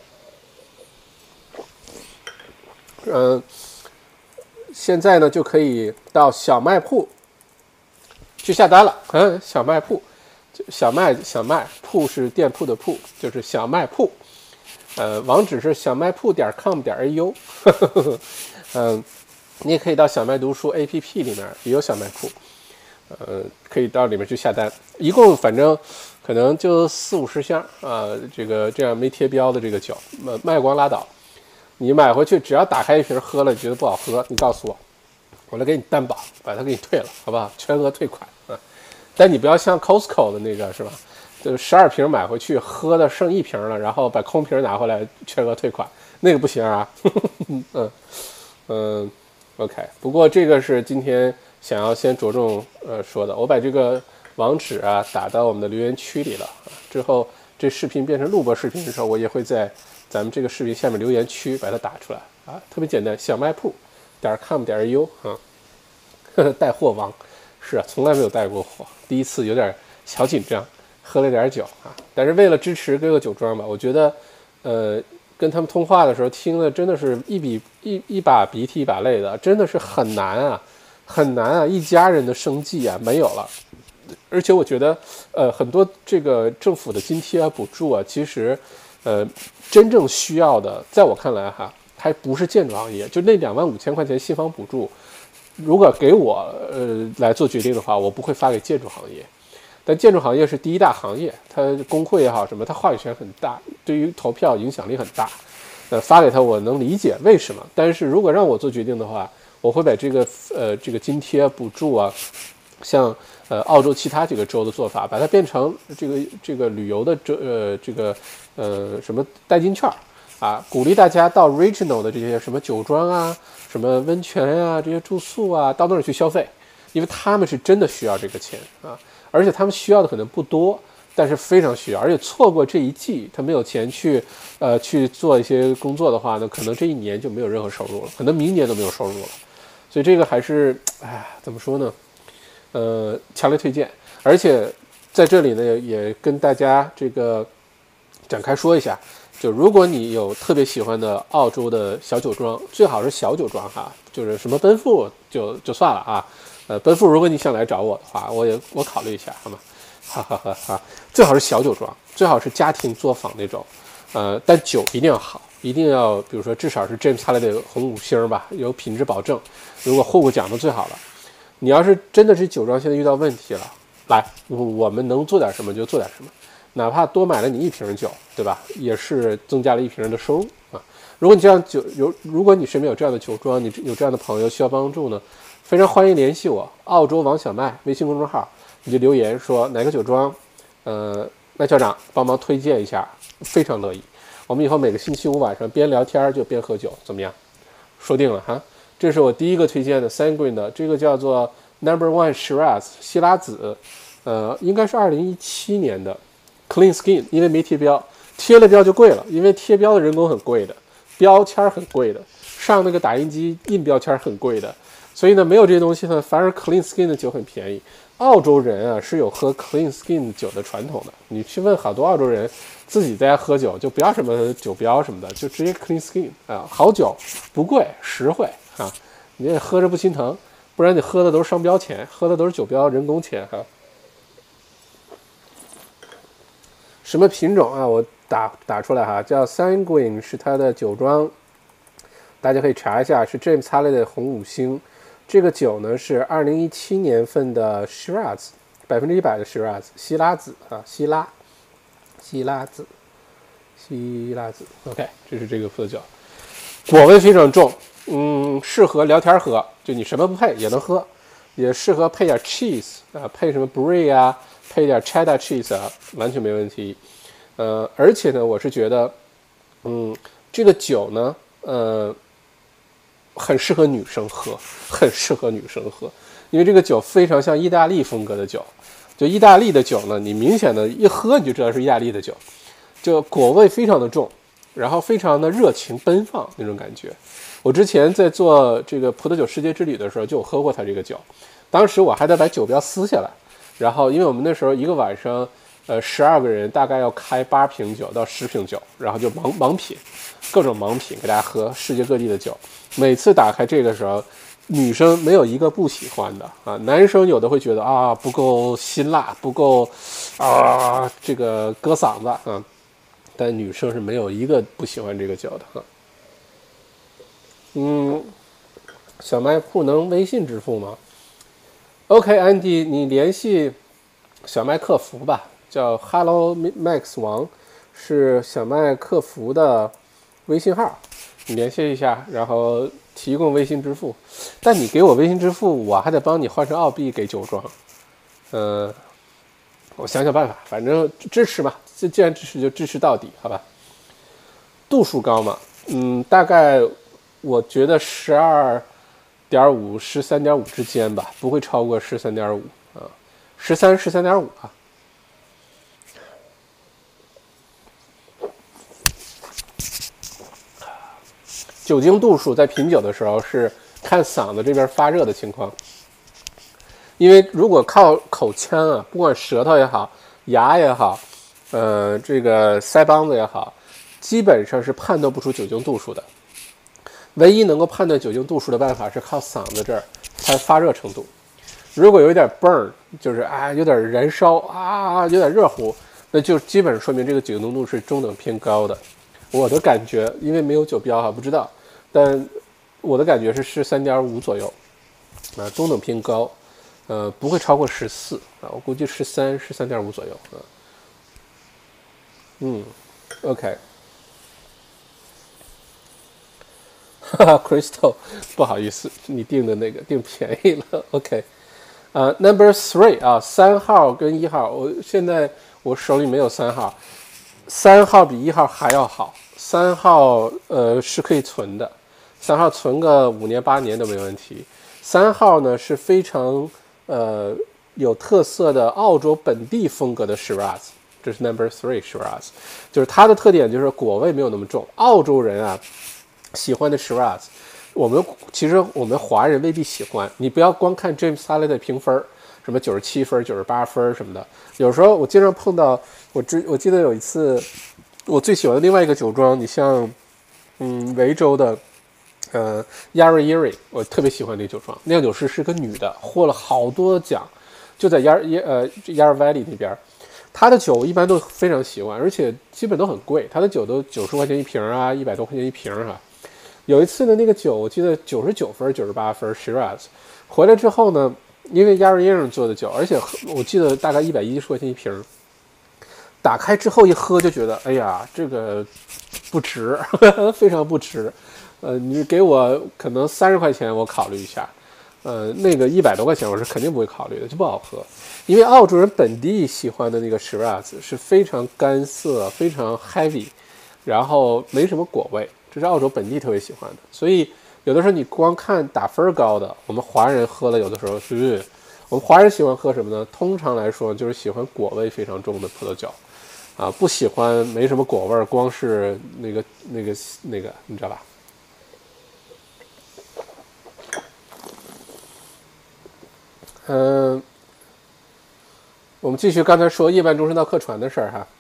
嗯、呃，现在呢就可以到小卖铺去下单了。嗯，小卖铺，小卖小卖铺是店铺的铺，就是小卖铺。呃，网址是小卖铺点 com 点 a u。嗯、呃，你也可以到小麦读书 A P P 里面也有小卖铺。呃，可以到里面去下单，一共反正可能就四五十箱啊、呃，这个这样没贴标的这个酒，呃，卖光拉倒。你买回去只要打开一瓶喝了，你觉得不好喝，你告诉我，我来给你担保，把它给你退了，好不好？全额退款啊！但你不要像 Costco 的那个是吧？就十二瓶买回去喝的剩一瓶了，然后把空瓶拿回来全额退款，那个不行啊。嗯嗯 ，OK。不过这个是今天想要先着重呃说的，我把这个网址啊打到我们的留言区里了、啊、之后这视频变成录播视频的时候，我也会在咱们这个视频下面留言区把它打出来啊，特别简单，小卖铺点 com 点 a u 啊，带货王是啊，从来没有带过货，第一次有点小紧张，喝了点酒啊，但是为了支持各个酒庄吧，我觉得呃跟他们通话的时候听的真的是一笔一一把鼻涕一把泪的，真的是很难啊。很难啊，一家人的生计啊没有了，而且我觉得，呃，很多这个政府的津贴啊、补助啊，其实，呃，真正需要的，在我看来哈，还不是建筑行业，就那两万五千块钱新房补助，如果给我呃来做决定的话，我不会发给建筑行业，但建筑行业是第一大行业，它工会也好什么，它话语权很大，对于投票影响力很大，呃，发给他我能理解为什么，但是如果让我做决定的话，我会把这个呃这个津贴补助啊，像呃澳洲其他几个州的做法，把它变成这个这个旅游的州呃这个呃什么代金券啊，鼓励大家到 regional 的这些什么酒庄啊、什么温泉啊、这些住宿啊，到那儿去消费，因为他们是真的需要这个钱啊，而且他们需要的可能不多。但是非常需要，而且错过这一季，他没有钱去，呃，去做一些工作的话呢，可能这一年就没有任何收入了，可能明年都没有收入了。所以这个还是，哎，怎么说呢？呃，强烈推荐。而且在这里呢，也跟大家这个展开说一下，就如果你有特别喜欢的澳洲的小酒庄，最好是小酒庄哈，就是什么奔富就就算了啊。呃，奔富，如果你想来找我的话，我也我考虑一下，好吗？哈哈哈哈，最好是小酒庄，最好是家庭作坊那种，呃，但酒一定要好，一定要，比如说至少是 James Halliday 红五星吧，有品质保证。如果获过奖的最好了。你要是真的是酒庄现在遇到问题了，来，我们能做点什么就做点什么，哪怕多买了你一瓶酒，对吧？也是增加了一瓶人的收入啊。如果你这样酒有，如果你身边有这样的酒庄，你有这样的朋友需要帮助呢，非常欢迎联系我，澳洲王小麦微信公众号。你就留言说哪个酒庄，呃，麦校长帮忙推荐一下，非常乐意。 我们以后每个星期五晚上边聊天就边喝酒，怎么样？说定了哈。这是我第一个推荐的 Sanguine 的，这个叫做 Number One Shiraz 希拉子，呃，应该是二零一七年的 Clean Skin， 因为没贴标，贴了标就贵了，因为贴标的人工很贵的，标签很贵的，上那个打印机印标签很贵的，所以呢，没有这些东西呢，反而 Clean Skin 的酒很便宜。澳洲人啊是有喝 Clean Skin 酒的传统的，你去问好多澳洲人，自己在家喝酒就不要什么酒标什么的，就直接 Clean Skin 啊，好酒不贵，实惠啊，你也喝着不心疼，不然你喝的都是商标钱，喝的都是酒标人工钱哈。什么品种啊？我打打出来哈，叫 Sanguine 是它的酒庄，大家可以查一下，是 James Halley 的红五星。这个酒呢是二零一七年份的 Shiraz， 百分之一百的 Shiraz 希拉子啊，希拉，希拉子，希拉子。OK， 这是这个葡萄酒，果味非常重，嗯，适合聊天喝，就你什么不配也能喝，也适合配点 cheese 啊，配什么 brie 啊，配点 cheddar cheese 啊，完全没问题。呃，而且呢，我是觉得，嗯，这个酒呢，呃。很适合女生喝，很适合女生喝，因为这个酒非常像意大利风格的酒。就意大利的酒呢，你明显的一喝你就知道是意大利的酒，就果味非常的重，然后非常的热情奔放那种感觉。我之前在做这个葡萄酒世界之旅的时候就有喝过它这个酒，当时我还得把酒标撕下来，然后因为我们那时候一个晚上，呃，十二个人大概要开八瓶酒到十瓶酒，然后就盲盲品，各种盲品给大家喝世界各地的酒。每次打开这个时候，女生没有一个不喜欢的啊，男生有的会觉得啊不够辛辣，不够啊这个割嗓子啊，但女生是没有一个不喜欢这个酒的啊。嗯，小卖铺能微信支付吗 ？OK， 安迪，你联系小麦客服吧，叫 Hello Max 王，是小麦客服的微信号。你联系一下，然后提供微信支付，但你给我微信支付，我还得帮你换成澳币给酒庄。呃，我想想办法，反正支持嘛，既然支持就支持到底，好吧？度数高嘛，嗯，大概我觉得十二点五、十三点五之间吧，不会超过十三点五啊，十三、十三点五啊。酒精度数在品酒的时候是看嗓子这边发热的情况，因为如果靠口腔啊，不管舌头也好，牙也好，呃，这个腮帮子也好，基本上是判断不出酒精度数的。唯一能够判断酒精度数的办法是靠嗓子这儿它发热程度。如果有一点 burn， 就是啊有点燃烧啊，有点热乎，那就基本上说明这个酒精度是中等偏高的。我的感觉，因为没有酒标哈，不知道。但我的感觉是十三点五左右，啊，中等偏高，呃，不会超过十四啊，我估计十三、十三点五左右啊。嗯 ，OK， 哈哈 ，Crystal， 不好意思，你订的那个订便宜了 ，OK， 啊 ，Number Three 啊，三号跟一号，我现在我手里没有三号，三号比一号还要好，三号呃是可以存的。三号存个五年八年都没问题。三号呢是非常呃有特色的澳洲本地风格的 Shiraz， 这是 Number Three Shiraz， 就是它的特点就是果味没有那么重。澳洲人啊喜欢的 Shiraz， 我们其实我们华人未必喜欢。你不要光看 James Halley 的评分，什么九十七分、九十八分什么的。有时候我经常碰到，我之我记得有一次，我最喜欢的另外一个酒庄，你像嗯维州的。呃 Yarra Yiri 我特别喜欢那个酒庄，酿酒师是个女的，获了好多奖，就在 Yarra 呃 Yarra Valley 那边。她的酒我一般都非常喜欢，而且基本都很贵，她的酒都九十块钱一瓶啊，一百多块钱一瓶啊。有一次呢，那个酒我记得九十九分、九十八分 Shiraz， 回来之后呢，因为 Yarra Yiri 做的酒，而且我记得大概一百一十块钱一瓶，打开之后一喝就觉得，哎呀，这个不值，呵呵非常不值。呃，你给我可能三十块钱，我考虑一下。呃，那个一百多块钱，我是肯定不会考虑的，就不好喝。因为澳洲人本地喜欢的那个 Shiraz 是非常干涩、非常 heavy， 然后没什么果味，这是澳洲本地特别喜欢的。所以有的时候你光看打分高的，我们华人喝了有的时候是，我们华人喜欢喝什么呢？通常来说就是喜欢果味非常重的葡萄酒，啊，不喜欢没什么果味，光是那个那个那个，你知道吧？嗯，我们继续刚才说夜半钟声到客船的事儿哈。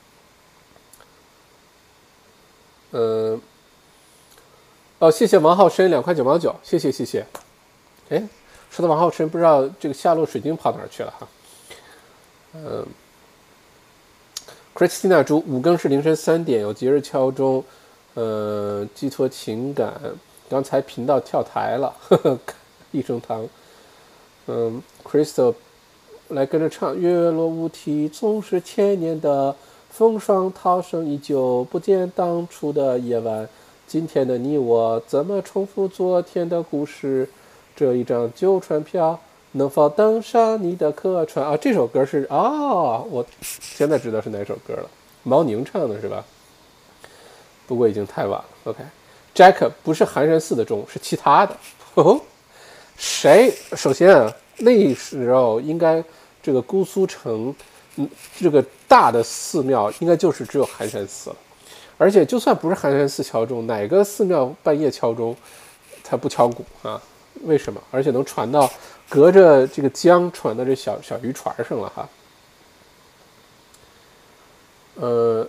嗯，哦，谢谢王浩琛两块九毛九，谢谢谢谢。哎，说到王浩琛，不知道这个夏洛水晶跑哪儿去了哈。嗯 ，Christina 猪五更是凌晨三点，有节日敲钟，呃，寄托情感。刚才频道跳台了，呵呵，一声汤。嗯 ，Crystal 来跟着唱，月落乌啼总是千年的。风霜涛声依旧，不见当初的夜晚。今天的你我怎么重复昨天的故事？这一张旧船票能否登上你的客船啊？这首歌是啊、哦，我现在知道是哪首歌了，毛宁唱的是吧？不过已经太晚了。OK，Jack、okay. 不是寒山寺的钟，是其他的。哦，谁？首先啊，那时候应该这个姑苏城。嗯，这个大的寺庙应该就是只有寒山寺了，而且就算不是寒山寺敲钟，哪个寺庙半夜敲钟，它不敲鼓啊？为什么？而且能传到隔着这个江传到这小小渔船上了哈。呃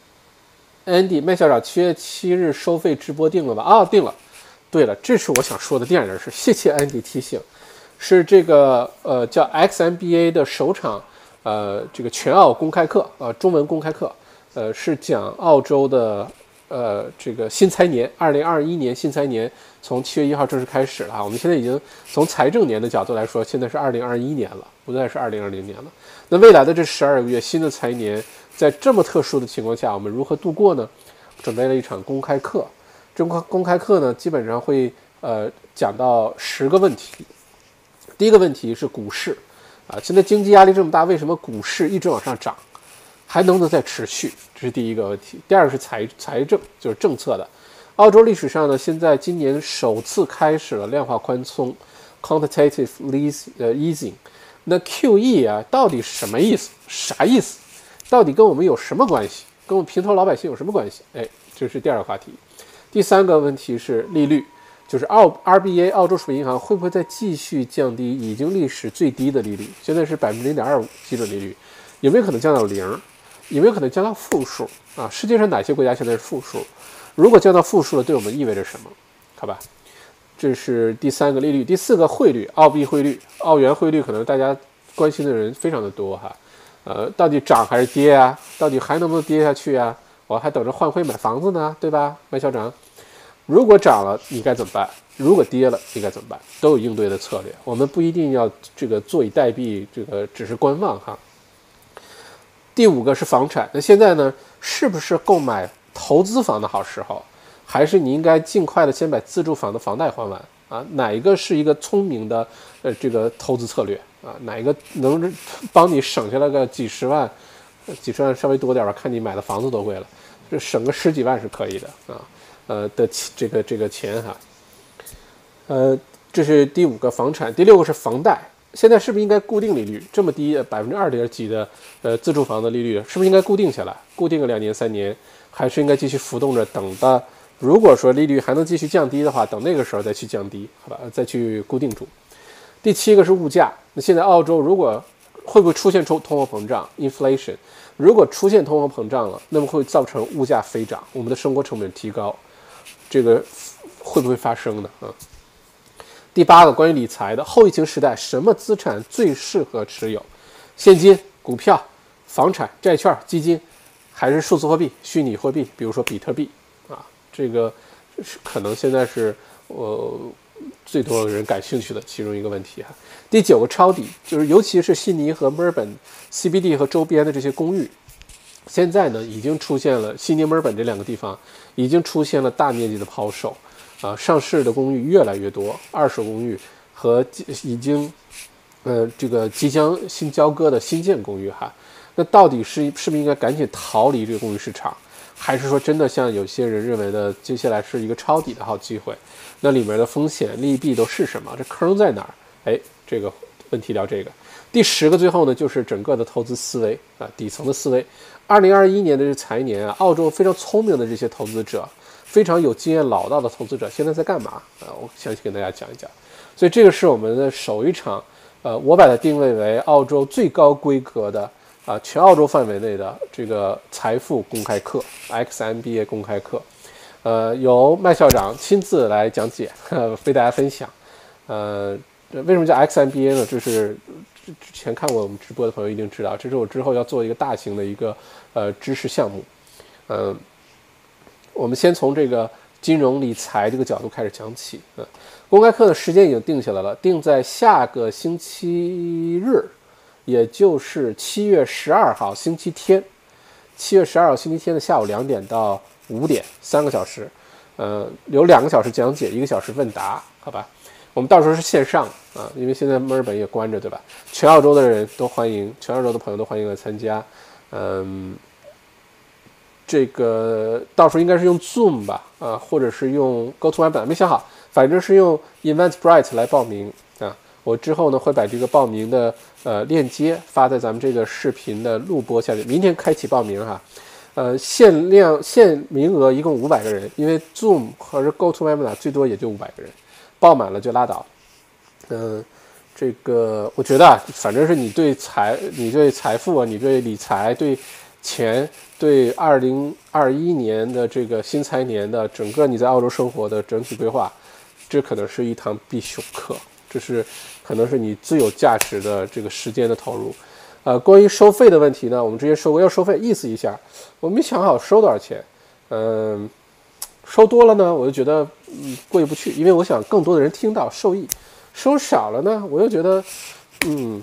，Andy 麦校长七月七日收费直播定了吧？啊，定了。对了，这是我想说的第二件事，谢谢 Andy 提醒，是这个呃叫 X M B A 的首场。呃，这个全澳公开课啊、呃，中文公开课，呃，是讲澳洲的呃这个新财年，二零二一年新财年从七月一号正式开始了啊。我们现在已经从财政年的角度来说，现在是二零二一年了，不再是二零二零年了。那未来的这十二个月新的财年，在这么特殊的情况下，我们如何度过呢？准备了一场公开课，这公公开课呢，基本上会呃讲到十个问题。第一个问题是股市。啊，现在经济压力这么大，为什么股市一直往上涨，还能不能再持续？这是第一个问题。第二个是财财政，就是政策的。澳洲历史上呢，现在今年首次开始了量化宽松 （quantitative easing）。那 Q E 啊，到底是什么意思？啥意思？到底跟我们有什么关系？跟我们平头老百姓有什么关系？哎，这是第二个话题。第三个问题是利率。就是澳 R B A 澳洲储备银行会不会再继续降低已经历史最低的利率？现在是百分之零点二五基准利率，有没有可能降到零？有没有可能降到负数啊？世界上哪些国家现在是负数？如果降到负数了，对我们意味着什么？好吧，这是第三个利率。第四个汇率，澳币汇率，澳元汇率可能大家关心的人非常的多哈。呃，到底涨还是跌啊？到底还能不能跌下去啊？我还等着换汇买房子呢，对吧，麦校长？如果涨了，你该怎么办？如果跌了，你该怎么办？都有应对的策略。我们不一定要这个坐以待毙，这个只是观望哈。第五个是房产，那现在呢，是不是购买投资房的好时候？还是你应该尽快的先把自住房的房贷还完啊？哪一个是一个聪明的呃这个投资策略啊？哪一个能帮你省下来个几十万？几十万稍微多点吧，看你买的房子多贵了，这省个十几万是可以的啊。呃的这个这个钱哈，呃，这是第五个房产，第六个是房贷。现在是不是应该固定利率？这么低，百分之二点几的呃自住房的利率，是不是应该固定下来？固定个两年三年，还是应该继续浮动着，等的？如果说利率还能继续降低的话，等那个时候再去降低，好吧，再去固定住。第七个是物价。那现在澳洲如果会不会出现通通货膨胀 （inflation）？如果出现通货膨胀了，那么会造成物价飞涨，我们的生活成本提高。这个会不会发生呢？啊，第八个关于理财的，后疫情时代什么资产最适合持有？现金、股票、房产、债券、基金，还是数字货币、虚拟货币，比如说比特币啊？这个是可能现在是呃最多人感兴趣的其中一个问题哈。第九个抄底，就是尤其是悉尼和墨尔本 C B D 和周边的这些公寓。现在呢，已经出现了悉尼、墨尔本这两个地方已经出现了大面积的抛售，啊，上市的公寓越来越多，二手公寓和已经，呃，这个即将新交割的新建公寓哈，那到底是是不是应该赶紧逃离这个公寓市场， 还是说真的像有些人认为的，接下来是一个抄底的好机会？那里面的风险利弊都是什么？这坑在哪儿？哎，这个问题聊这个。第十个最后呢，就是整个的投资思维啊，底层的思维。二零二一年的这财年啊，澳洲非常聪明的这些投资者，非常有经验老道的投资者，现在在干嘛啊？我详细跟大家讲一讲。所以这个是我们的首一场，呃，我把它定位为澳洲最高规格的啊，全澳洲范围内的这个财富公开课 X M B A 公开课，呃，由麦校长亲自来讲解，呵为大家分享。呃，为什么叫 X M B A 呢？就是之前看过我们直播的朋友一定知道，这是我之后要做一个大型的一个呃知识项目。嗯、呃，我们先从这个金融理财这个角度开始讲起。嗯、呃，公开课的时间已经定下来了，定在下个星期日，也就是七月十二号星期天。七月十二号星期天的下午两点到五点，三个小时。呃，有两个小时讲解，一个小时问答，好吧？我们到时候是线上啊，因为现在墨尔本也关着，对吧？全澳洲的人都欢迎，全澳洲的朋友都欢迎来参加。嗯，这个到时候应该是用 Zoom 吧，啊，或者是用 GoToWebinar，没想好，反正是用 Eventbrite 来报名啊。我之后呢会把这个报名的呃链接发在咱们这个视频的录播下面，明天开启报名哈。呃，限量限名额一共五百个人，因为 Zoom 或者 GoToWebinar 最多也就五百个人，报满了就拉倒。嗯、呃，这个我觉得啊，反正是你对财、你对财富啊、你对理财、对钱、对二零二一年的这个新财年的整个你在澳洲生活的整体规划，这可能是一堂必修课，这是可能是你最有价值的这个时间的投入。呃，关于收费的问题呢，我们之前说过要收费，意思一下，我没想好收多少钱。嗯、呃，收多了呢，我就觉得嗯过意不去，因为我想更多的人听到受益；收少了呢，我又觉得嗯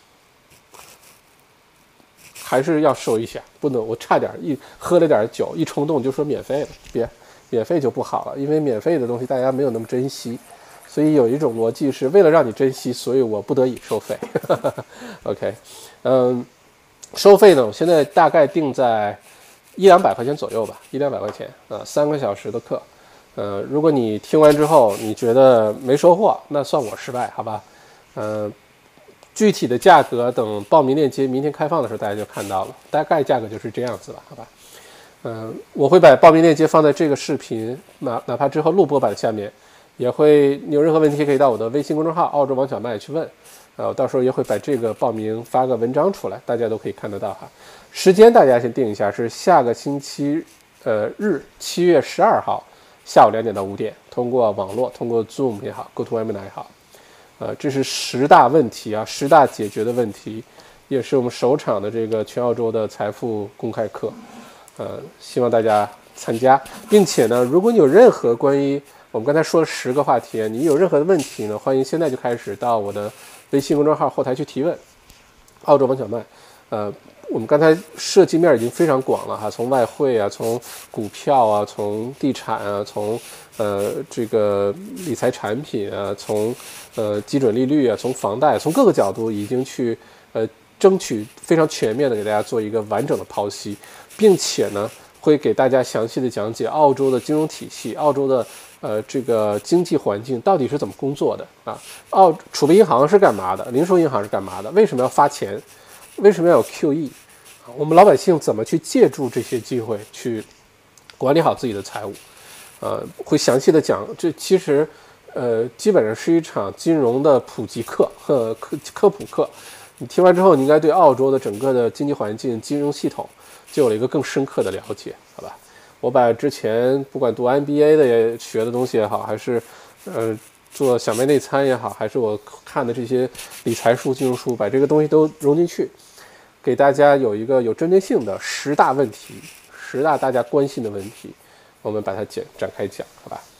还是要收一下，不能我差点一喝了点酒，一冲动就说免费了，别免费就不好了，因为免费的东西大家没有那么珍惜。所以有一种逻辑是为了让你珍惜，所以我不得已收费。OK， 嗯，收费呢，我现在大概定在一两百块钱左右吧，一两百块钱啊、呃，三个小时的课。呃，如果你听完之后你觉得没收获，那算我失败，好吧？呃，具体的价格等报名链接明天开放的时候大家就看到了，大概价格就是这样子了，好吧？嗯、呃，我会把报名链接放在这个视频，哪哪怕之后录播版下面。也会你有任何问题可以到我的微信公众号澳洲王小麦去问，呃，到时候也会把这个报名发个文章出来，大家都可以看得到哈。时间大家先定一下，是下个星期呃日七月十二号下午两点到五点，通过网络，通过 Zoom 也好 ，GoToWebinar 也好，呃，这是十大问题啊，十大解决的问题，也是我们首场的这个全澳洲的财富公开课，呃，希望大家参加，并且呢，如果你有任何关于我们刚才说了十个话题，你有任何的问题呢？欢迎现在就开始到我的微信公众号后台去提问。澳洲王小麦，呃，我们刚才涉及面已经非常广了哈，从外汇啊，从股票啊，从地产啊，从呃这个理财产品啊，从呃基准利率啊，从房贷，从各个角度已经去呃争取非常全面的给大家做一个完整的剖析，并且呢，会给大家详细的讲解澳洲的金融体系，澳洲的。呃，这个经济环境到底是怎么工作的啊？澳储备银行是干嘛的？零售银行是干嘛的？为什么要发钱？为什么要有 Q E？ 我们老百姓怎么去借助这些机会去管理好自己的财务？呃，会详细的讲。这其实，呃，基本上是一场金融的普及课，呵，科科普课。你听完之后，你应该对澳洲的整个的经济环境、金融系统就有了一个更深刻的了解，好吧？我把之前不管读 M B A 的也学的东西也好，还是呃做小麦内参也好，还是我看的这些理财书、金融书，把这个东西都融进去，给大家有一个有针对性的十大问题，十大大家关心的问题，我们把它展展开讲，好吧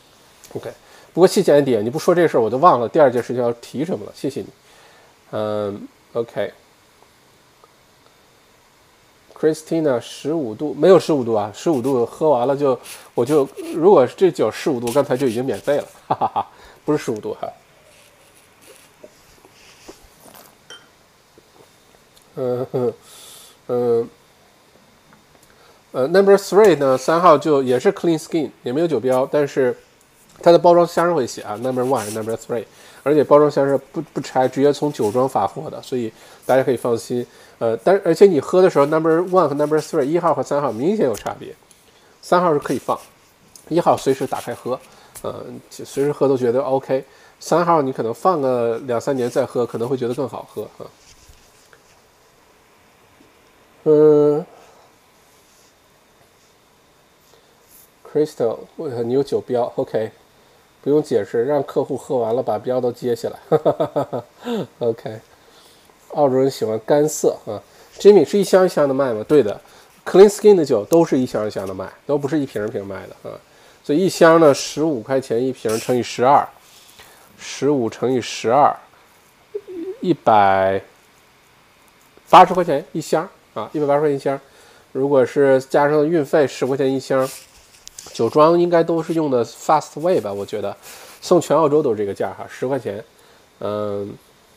？OK， 不过细讲一点，你不说这事儿我都忘了第二件事情要提什么了，谢谢你。嗯 ，OK。Christina 十五度没有十五度啊，十五度喝完了就我就如果这酒十五度，刚才就已经免费了，哈哈哈，不是十五度哈。嗯嗯嗯呃 ，Number Three 呢，三号就也是 Clean Skin， 也没有酒标，但是它的包装箱上会写啊 Number One 还是 Number Three， 而且包装箱是不不拆，直接从酒庄发货的，所以大家可以放心。呃，但而且你喝的时候 ，Number One 和 Number Three 一号和三号明显有差别，三号是可以放，一号随时打开喝，呃，随时喝都觉得 OK， 三号你可能放个两三年再喝，可能会觉得更好喝啊。嗯。Crystal， 你有酒标 ，OK， 不用解释，让客户喝完了把标都接下来。OK， 澳洲人喜欢干涩啊。Jimmy 是一箱一箱的卖吗？对的 ，Clean Skin 的酒都是一箱一箱的卖，都不是一瓶一瓶卖的啊。所以一箱呢，十五块钱一瓶乘以十二，十五乘以十二，一百八十块钱一箱啊，一百八十块钱一箱。如果是加上运费，十块钱一箱。酒庄应该都是用的 Fast Way 吧，我觉得送全澳洲都是这个价哈，十块钱。嗯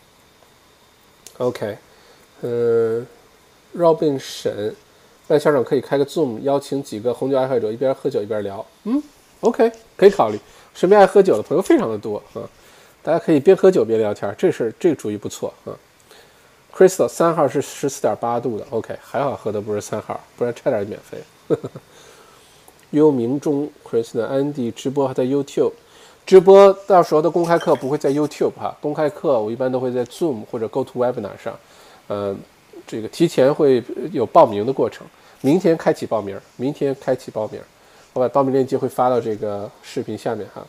，OK， 嗯 ，Robin 沈，赖校长可以开个 Zoom， 邀请几个红酒爱好者一边喝酒一边聊。嗯 ，OK， 可以考虑。身边爱喝酒的朋友非常的多啊，大家可以边喝酒边聊天，这是这个主意不错啊。Crystal 三号是十四点八度的 ，OK， 还好喝的不是三号，不然差点免费。呵呵幽冥中 Chris 安迪直播还在 YouTube 直播，到时候的公开课不会在 YouTube 哈，公开课我一般都会在 Zoom 或者 GoToWebinar 上，呃，这个提前会有报名的过程，明天开启报名，明天开启报名，我把报名链接会发到这个视频下面哈。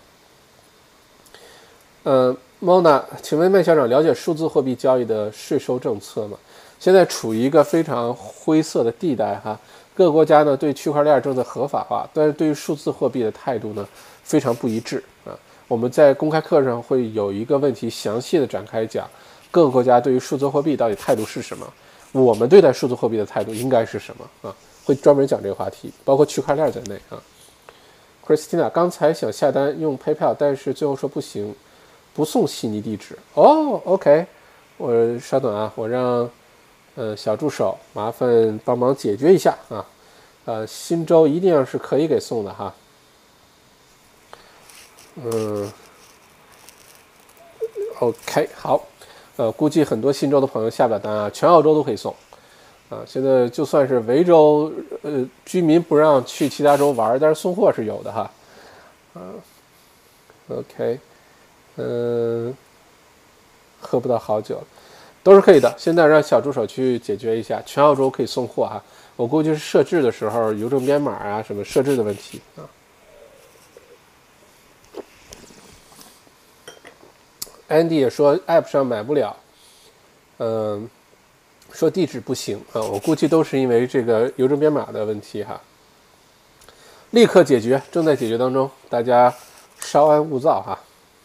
呃 ，Mona， 请问麦校长了解数字货币交易的税收政策吗？现在处于一个非常灰色的地带哈。各个国家呢对区块链正在合法化，但是对于数字货币的态度呢非常不一致啊。我们在公开课上会有一个问题详细的展开讲，各个国家对于数字货币到底态度是什么，我们对待数字货币的态度应该是什么啊？会专门讲这个话题，包括区块链在内啊。Christina 刚才想下单用 PayPal， 但是最后说不行，不送悉尼地址。哦 ，OK， 我稍等啊，我让。呃，小助手，麻烦帮忙解决一下啊！呃，新州一定要是可以给送的哈。嗯 ，OK， 好。呃，估计很多新州的朋友下不了单啊，全澳洲都可以送啊。现在就算是维州呃居民不让去其他州玩，但是送货是有的哈。啊 ，OK， 嗯、呃，喝不到好酒。都是可以的，现在让小助手去解决一下，全澳洲可以送货哈。我估计是设置的时候邮政编码啊什么设置的问题啊。Andy 也说 App 上买不了，嗯、呃，说地址不行啊，我估计都是因为这个邮政编码的问题哈。立刻解决，正在解决当中，大家稍安勿躁哈。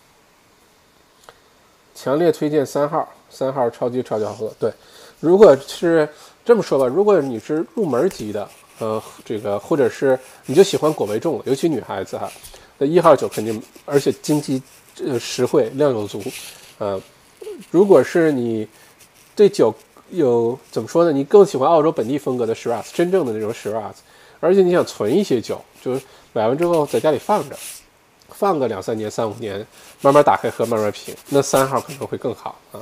强烈推荐三号。三号超级超级好喝，对，如果是这么说吧，如果你是入门级的，呃，这个或者是你就喜欢果味重，尤其女孩子哈，那一号酒肯定，而且经济呃实惠，量又足，呃，如果是你对酒有怎么说呢？你更喜欢澳洲本地风格的 Shiraz， 真正的那种 Shiraz， 而且你想存一些酒，就是买完之后在家里放着，放个两三年、三五年，慢慢打开喝，慢慢品，那三号可能会更好啊。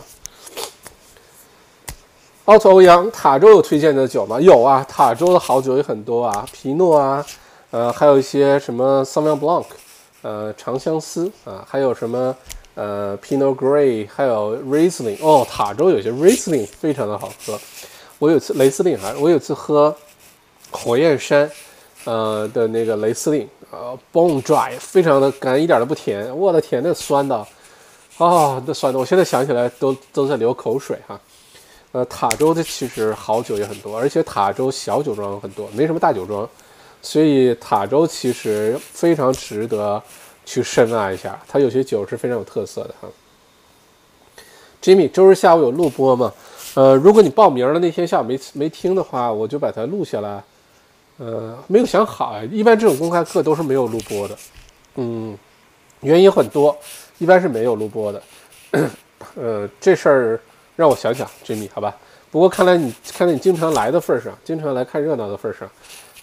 奥特欧阳，塔州有推荐的酒吗？有啊，塔州的好酒也很多啊，皮诺啊，呃，还有一些什么桑维昂 Blanc， 呃，长相思啊，还有什么呃 Pinot Gris， 还有 Riesling。哦，塔州有些 Riesling 非常的好喝。我有次雷司令啊，我有次喝火焰山呃的那个雷司令，呃 Bone Dry， 非常的干，一点都不甜。我的天，那酸的，哦，那酸的，我现在想起来都都在流口水哈。呃，塔州的其实好酒也很多，而且塔州小酒庄很多，没什么大酒庄，所以塔州其实非常值得去深谙一下。它有些酒是非常有特色的哈。Jimmy， 周日下午有录播吗？呃，如果你报名了那天下午没没听的话，我就把它录下来。呃，没有想好啊，一般这种公开课都是没有录播的。嗯，原因很多，一般是没有录播的。呃，这事儿。让我想想 ，Jimmy， 好吧。不过看来你看来你经常来的份上，经常来看热闹的份上，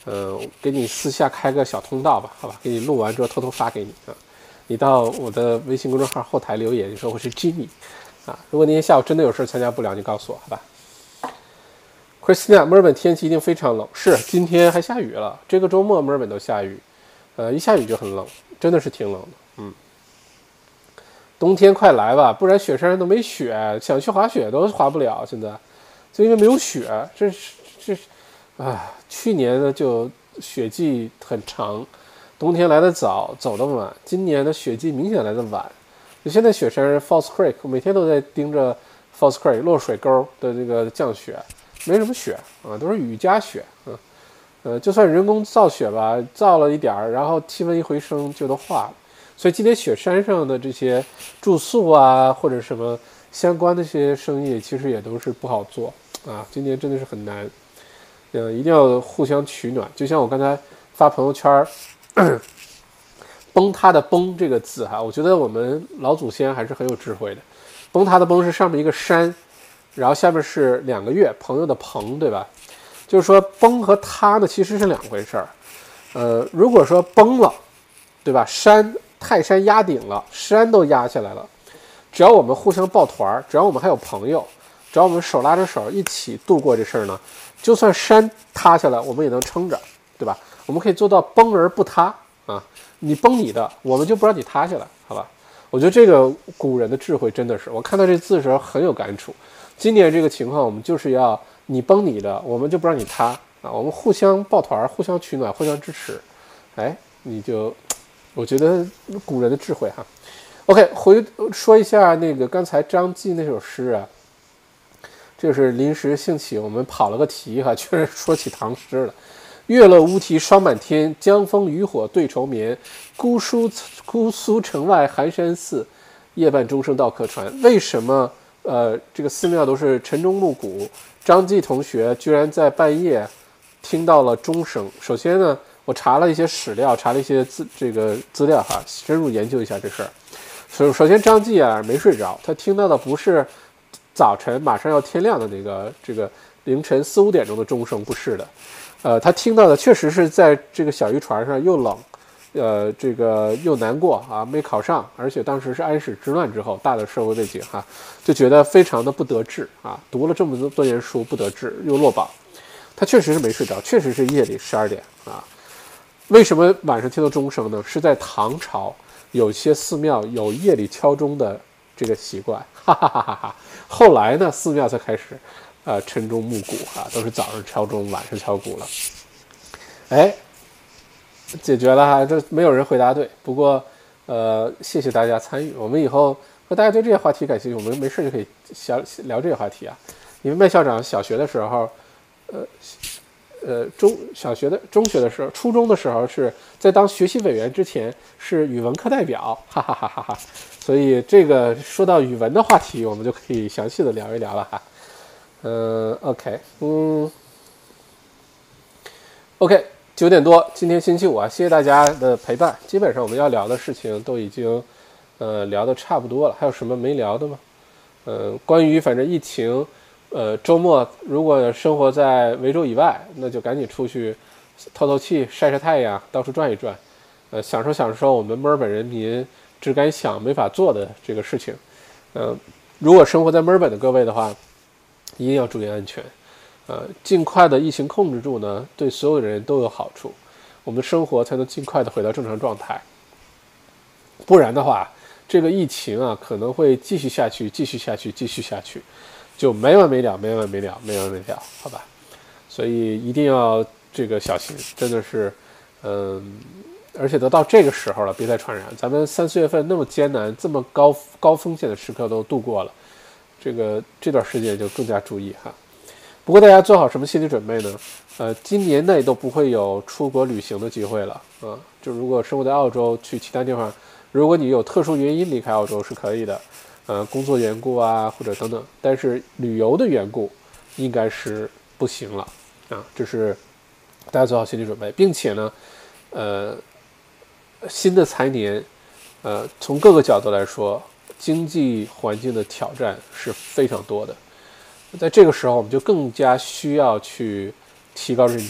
呃，给你私下开个小通道吧，好吧，给你录完之后偷偷发给你啊。你到我的微信公众号后台留言，你说我是 Jimmy 啊。如果那天下午真的有事参加不了，你告诉我，好吧。Christina， 墨尔本天气一定非常冷，是今天还下雨了，这个周末墨尔本都下雨，呃，一下雨就很冷，真的是挺冷的，嗯。冬天快来吧，不然雪山上都没雪，想去滑雪都滑不了，现在就因为没有雪，这是这是。啊，去年呢就雪季很长，冬天来得早，走得晚。今年的雪季明显来得晚。就现在雪山 Falls Creek， 我每天都在盯着 Falls Creek 落水沟的这个降雪，没什么雪啊，都是雨夹雪啊。呃，就算人工造雪吧，造了一点儿，然后气温一回升就都化了。所以今天雪山上的这些住宿啊，或者什么相关的这些生意，其实也都是不好做啊。今年真的是很难。呃，一定要互相取暖，就像我刚才发朋友圈，崩塌的崩这个字哈，我觉得我们老祖先还是很有智慧的。崩塌的崩是上面一个山，然后下面是两个月，朋友的朋，对吧？就是说崩和塌呢其实是两回事儿。呃，如果说崩了，对吧？山泰山压顶了，山都压下来了，只要我们互相抱团，只要我们还有朋友，只要我们手拉着手一起度过这事儿呢。就算山塌下来，我们也能撑着，对吧？我们可以做到崩而不塌啊！你崩你的，我们就不让你塌下来，好吧？我觉得这个古人的智慧真的是，我看到这字的时候很有感触。今年这个情况，我们就是要你崩你的，我们就不让你塌啊！我们互相抱团，互相取暖，互相支持。哎，你就，我觉得古人的智慧哈。OK， 回说一下那个刚才张继那首诗啊。这是临时兴起，我们跑了个题哈，居然说起唐诗了。月落乌啼霜满天，江枫渔火对愁眠。姑苏姑苏城外寒山寺，夜半钟声到客船。为什么呃这个寺庙都是晨钟暮鼓？张继同学居然在半夜听到了钟声。首先呢，我查了一些史料，查了一些资这个资料哈，深入研究一下这事儿。首首先张继啊没睡着，他听到的不是早晨马上要天亮的那个这个凌晨四五点钟的钟声，不是的，呃，他听到的确实是在这个小渔船上又冷，呃，这个又难过啊，没考上，而且当时是安史之乱之后，大的社会背景哈，就觉得非常的不得志啊，读了这么多年书不得志，又落榜，他确实是没睡着，确实是夜里十二点啊。为什么晚上听到钟声呢？是在唐朝有些寺庙有夜里敲钟的这个习惯，哈哈哈哈哈。后来呢，寺庙才开始，呃，晨钟暮鼓啊，都是早上敲钟，晚上敲鼓了。哎，解决了哈，这没有人回答对。不过，呃，谢谢大家参与。我们以后和大家对这些话题感兴趣，我们没事就可以想聊这些话题啊。因为麦校长小学的时候，呃。呃，中小学的、中学的时候、初中的时候是在当学习委员之前是语文课代表，哈哈哈哈哈。所以这个说到语文的话题，我们就可以详细的聊一聊了哈。嗯 ，OK， 嗯 ，OK， 九点多，今天星期五啊，谢谢大家的陪伴。基本上我们要聊的事情都已经呃聊得差不多了，还有什么没聊的吗？呃，关于反正疫情。呃，周末如果生活在维州以外，那就赶紧出去透透气、晒晒太阳，到处转一转，呃，享受享受我们墨尔本人民只敢想没法做的这个事情。呃，如果生活在墨尔本的各位的话，一定要注意安全。呃，尽快的疫情控制住呢，对所有人都有好处，我们生活才能尽快的回到正常状态。不然的话，这个疫情啊可能会继续下去，继续下去，继续下去。就没完没了，没完没了，没完没了，好吧？所以一定要这个小心，真的是，嗯，而且都到这个时候了，别再传染。咱们三四月份那么艰难、这么高高风险的时刻都度过了，这个这段时间就更加注意哈。不过大家做好什么心理准备呢？呃，今年内都不会有出国旅行的机会了啊。就如果生活在澳洲，去其他地方，如果你有特殊原因离开澳洲是可以的。呃，工作缘故啊，或者等等，但是旅游的缘故应该是不行了啊，这是大家做好心理准备，并且呢，呃，新的财年，呃，从各个角度来说，经济环境的挑战是非常多的，在这个时候，我们就更加需要去提高认知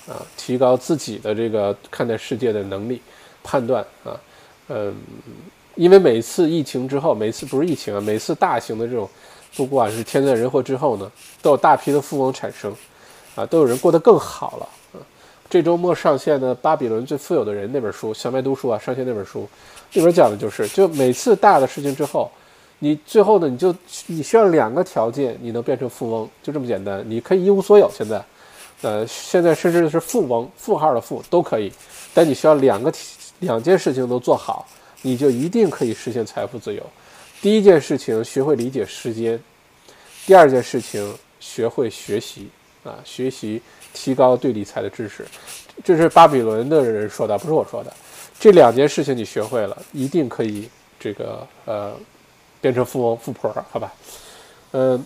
啊，提高自己的这个看待世界的能力、判断啊，嗯，因为每次疫情之后，每次不是疫情啊，每次大型的这种，不管是天灾人祸之后呢，都有大批的富翁产生，啊，都有人过得更好了啊。这周末上线的《巴比伦最富有的人》那本书，小麦读书啊上线那本书，里边讲的就是，就每次大的事情之后。你最后呢，你就你需要两个条件，你能变成富翁，就这么简单。你可以一无所有，现在，呃，现在甚至是富翁，富号的富都可以，但你需要两个两件事情都做好，你就一定可以实现财富自由。第一件事情，学会理解时间；第二件事情，学会学习啊，学习提高对理财的知识。这是巴比伦的人说的，不是我说的。这两件事情你学会了，一定可以这个呃。变成富翁富婆，好吧？嗯，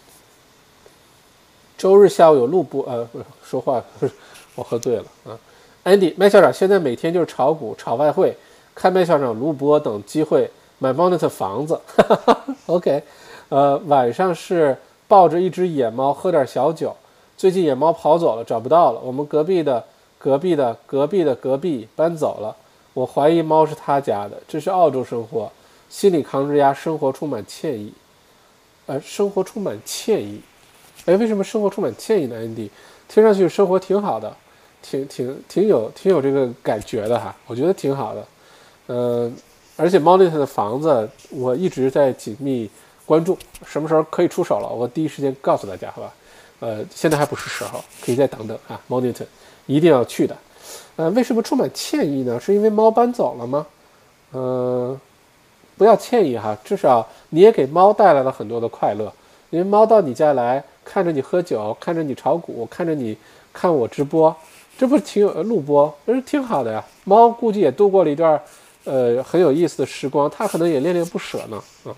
周日下午有录播，呃，说话我喝醉了啊。Andy 麦校长现在每天就是炒股、炒外汇、看麦校长录播等机会买 Monet 房子。OK， 呃，晚上是抱着一只野猫喝点小酒。最近野猫跑走了，找不到了。我们隔壁的、隔壁的、隔壁的隔壁搬走了。我怀疑猫是他家的。这是澳洲生活。心里扛着压，生活充满歉意，呃，生活充满歉意，哎，为什么生活充满歉意呢 ？Andy， 听上去生活挺好的，挺挺挺有挺有这个感觉的哈，我觉得挺好的，嗯、呃，而且 Monet 的房子我一直在紧密关注，什么时候可以出手了，我第一时间告诉大家，好吧？呃，现在还不是时候，可以再等等啊 ，Monet 一定要去的，呃，为什么充满歉意呢？是因为猫搬走了吗？嗯、呃。不要歉意哈，至少你也给猫带来了很多的快乐，因为猫到你家来，看着你喝酒，看着你炒股，看着你看我直播，这不是挺有录播，这是挺好的呀。猫估计也度过了一段呃很有意思的时光，它可能也恋恋不舍呢。嗯，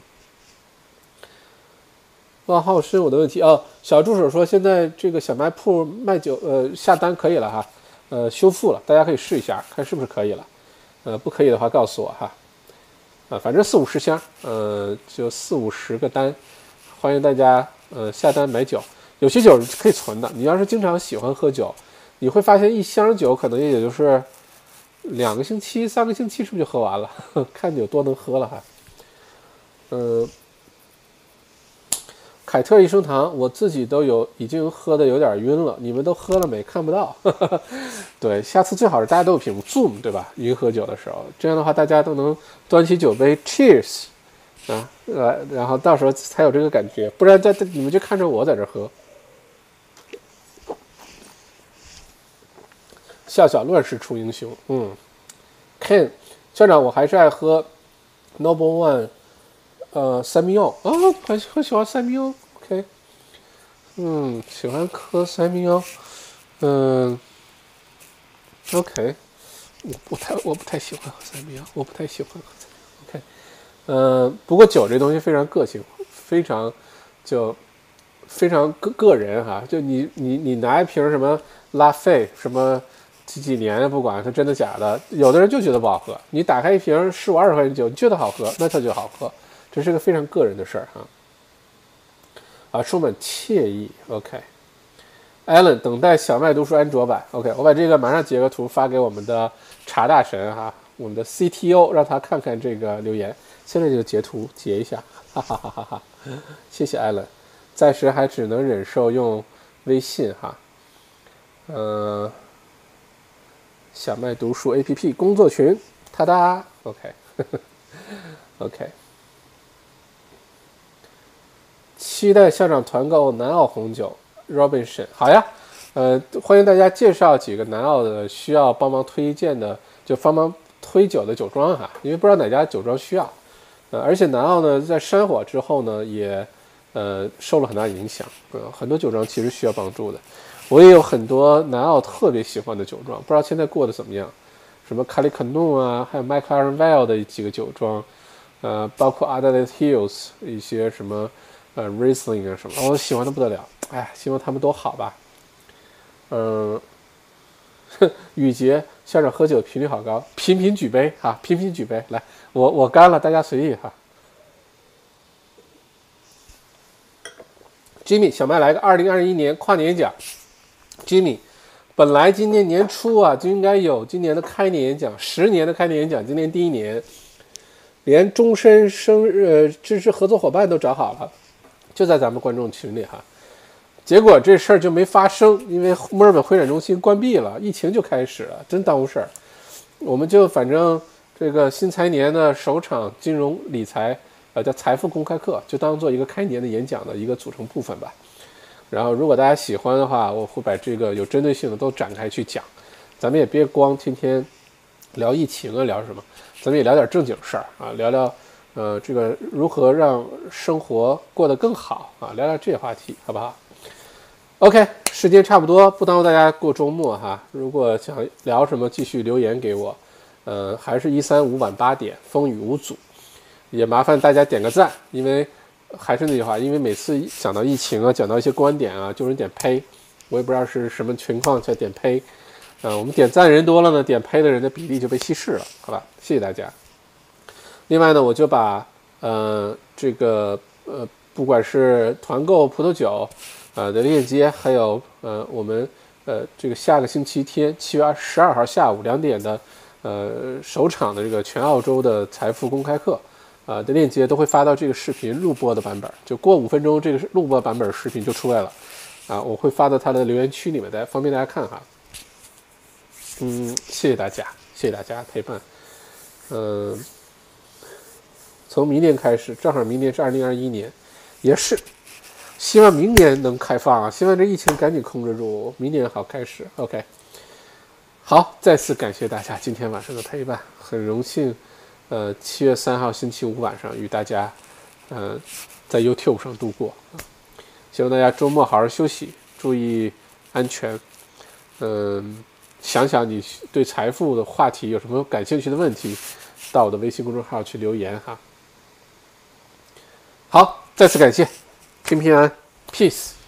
汪浩深，我的问题哦，小助手说现在这个小卖铺卖酒，呃下单可以了哈，呃修复了，大家可以试一下，看是不是可以了，呃不可以的话告诉我哈。啊，反正四五十箱，呃，就四五十个单，欢迎大家呃下单买酒。有些酒可以存的，你要是经常喜欢喝酒，你会发现一箱酒可能也就是两个星期、三个星期是不是就喝完了？看你有多能喝了哈。嗯、呃，凯特益生堂，我自己都有已经喝的有点晕了，你们都喝了没？看不到。对，下次最好是大家都有屏幕 Zoom， 对吧？云喝酒的时候，这样的话大家都能端起酒杯 Cheers 啊，呃，然后到时候才有这个感觉，不然在你们就看着我在这喝。笑笑乱世出英雄，嗯 ，Ken 校长，我还是爱喝 Noble One， 呃，三明奥啊，很很喜欢三明奥 ，OK， 嗯，喜欢喝三明奥，嗯。OK， 我不太我不太喜欢喝三明，我不太喜欢喝三明。OK， 呃，不过酒这东西非常个性，非常就非常个个人哈。就你你你拿一瓶什么拉菲什么几几年，不管它真的假的，有的人就觉得不好喝。你打开一瓶十五二十块钱酒，你觉得好喝，那它就好喝，这是个非常个人的事儿哈。啊，充满惬意。OK。Allen 等待小麦读书安卓版 ，OK， 我把这个马上截个图发给我们的查大神哈，我们的 C T O 让他看看这个留言，现在就截图截一下，哈哈哈哈哈，谢谢 Allen， 暂时还只能忍受用微信哈，嗯、呃，小麦读书 A P P 工作群，哒哒 ，OK， OK， 期待校长团购南澳红酒。Robinson， 好呀，呃，欢迎大家介绍几个南澳的需要帮忙推荐的，就帮忙推酒的酒庄哈，因为不知道哪家酒庄需要，呃，而且南澳呢，在山火之后呢，也呃受了很大影响，呃，很多酒庄其实需要帮助的。我也有很多南澳特别喜欢的酒庄，不知道现在过得怎么样，什么卡里肯诺啊，还有 McLaren Vale 的几个酒庄，呃，包括 Adelaide Hills 一些什么呃 Riesling 啊什么，我喜欢的不得了。哎，希望他们都好吧。嗯，雨杰校长喝酒频率好高，频频举杯哈，频频举杯，来，我我干了，大家随意哈。Jimmy 小麦来个二零二一年跨年奖 ，Jimmy 本来今年年初啊就应该有今年的开年演讲，十年的开年演讲，今年第一年，连终身生日呃支持合作伙伴都找好了，就在咱们观众群里哈。结果这事儿就没发生，因为墨尔本会展中心关闭了，疫情就开始了，真耽误事儿。我们就反正这个新财年的首场金融理财呃叫财富公开课，就当做一个开年的演讲的一个组成部分吧。然后如果大家喜欢的话，我会把这个有针对性的都展开去讲。咱们也别光天天聊疫情啊，聊什么，咱们也聊点正经事儿啊，聊聊呃这个如何让生活过得更好啊，聊聊这些话题，好不好 ？OK， 时间差不多，不耽误大家过周末哈。如果想聊什么，继续留言给我。呃，还是一三五晚八点，风雨无阻。也麻烦大家点个赞，因为。还是那句话，因为每次讲到疫情啊，讲到一些观点啊，就有人点呸，我也不知道是什么情况才点呸。啊、呃，我们点赞人多了呢，点呸的人的比例就被稀释了，好吧？谢谢大家。另外呢，我就把呃这个呃不管是团购葡萄酒呃的链接，还有呃我们呃这个下个星期天七月十二号下午两点的呃首场的这个全澳洲的财富公开课。啊、呃、的链接都会发到这个视频录播的版本，就过五分钟，这个录播版本视频就出来了，啊，我会发到它的留言区里面，大家方便大家看哈。嗯，谢谢大家，谢谢大家陪伴。嗯、呃，从明年开始，正好明年是二零二一年，也是，希望明年能开放啊，希望这疫情赶紧控制住，明年好开始。OK， 好，再次感谢大家今天晚上的陪伴，很荣幸。呃，七月三号星期五晚上与大家，呃，在 YouTube 上度过。希望大家周末好好休息，注意安全。嗯、呃，想想你对财富的话题有什么感兴趣的问题，到我的微信公众号去留言哈。好，再次感谢，平平安 ，peace。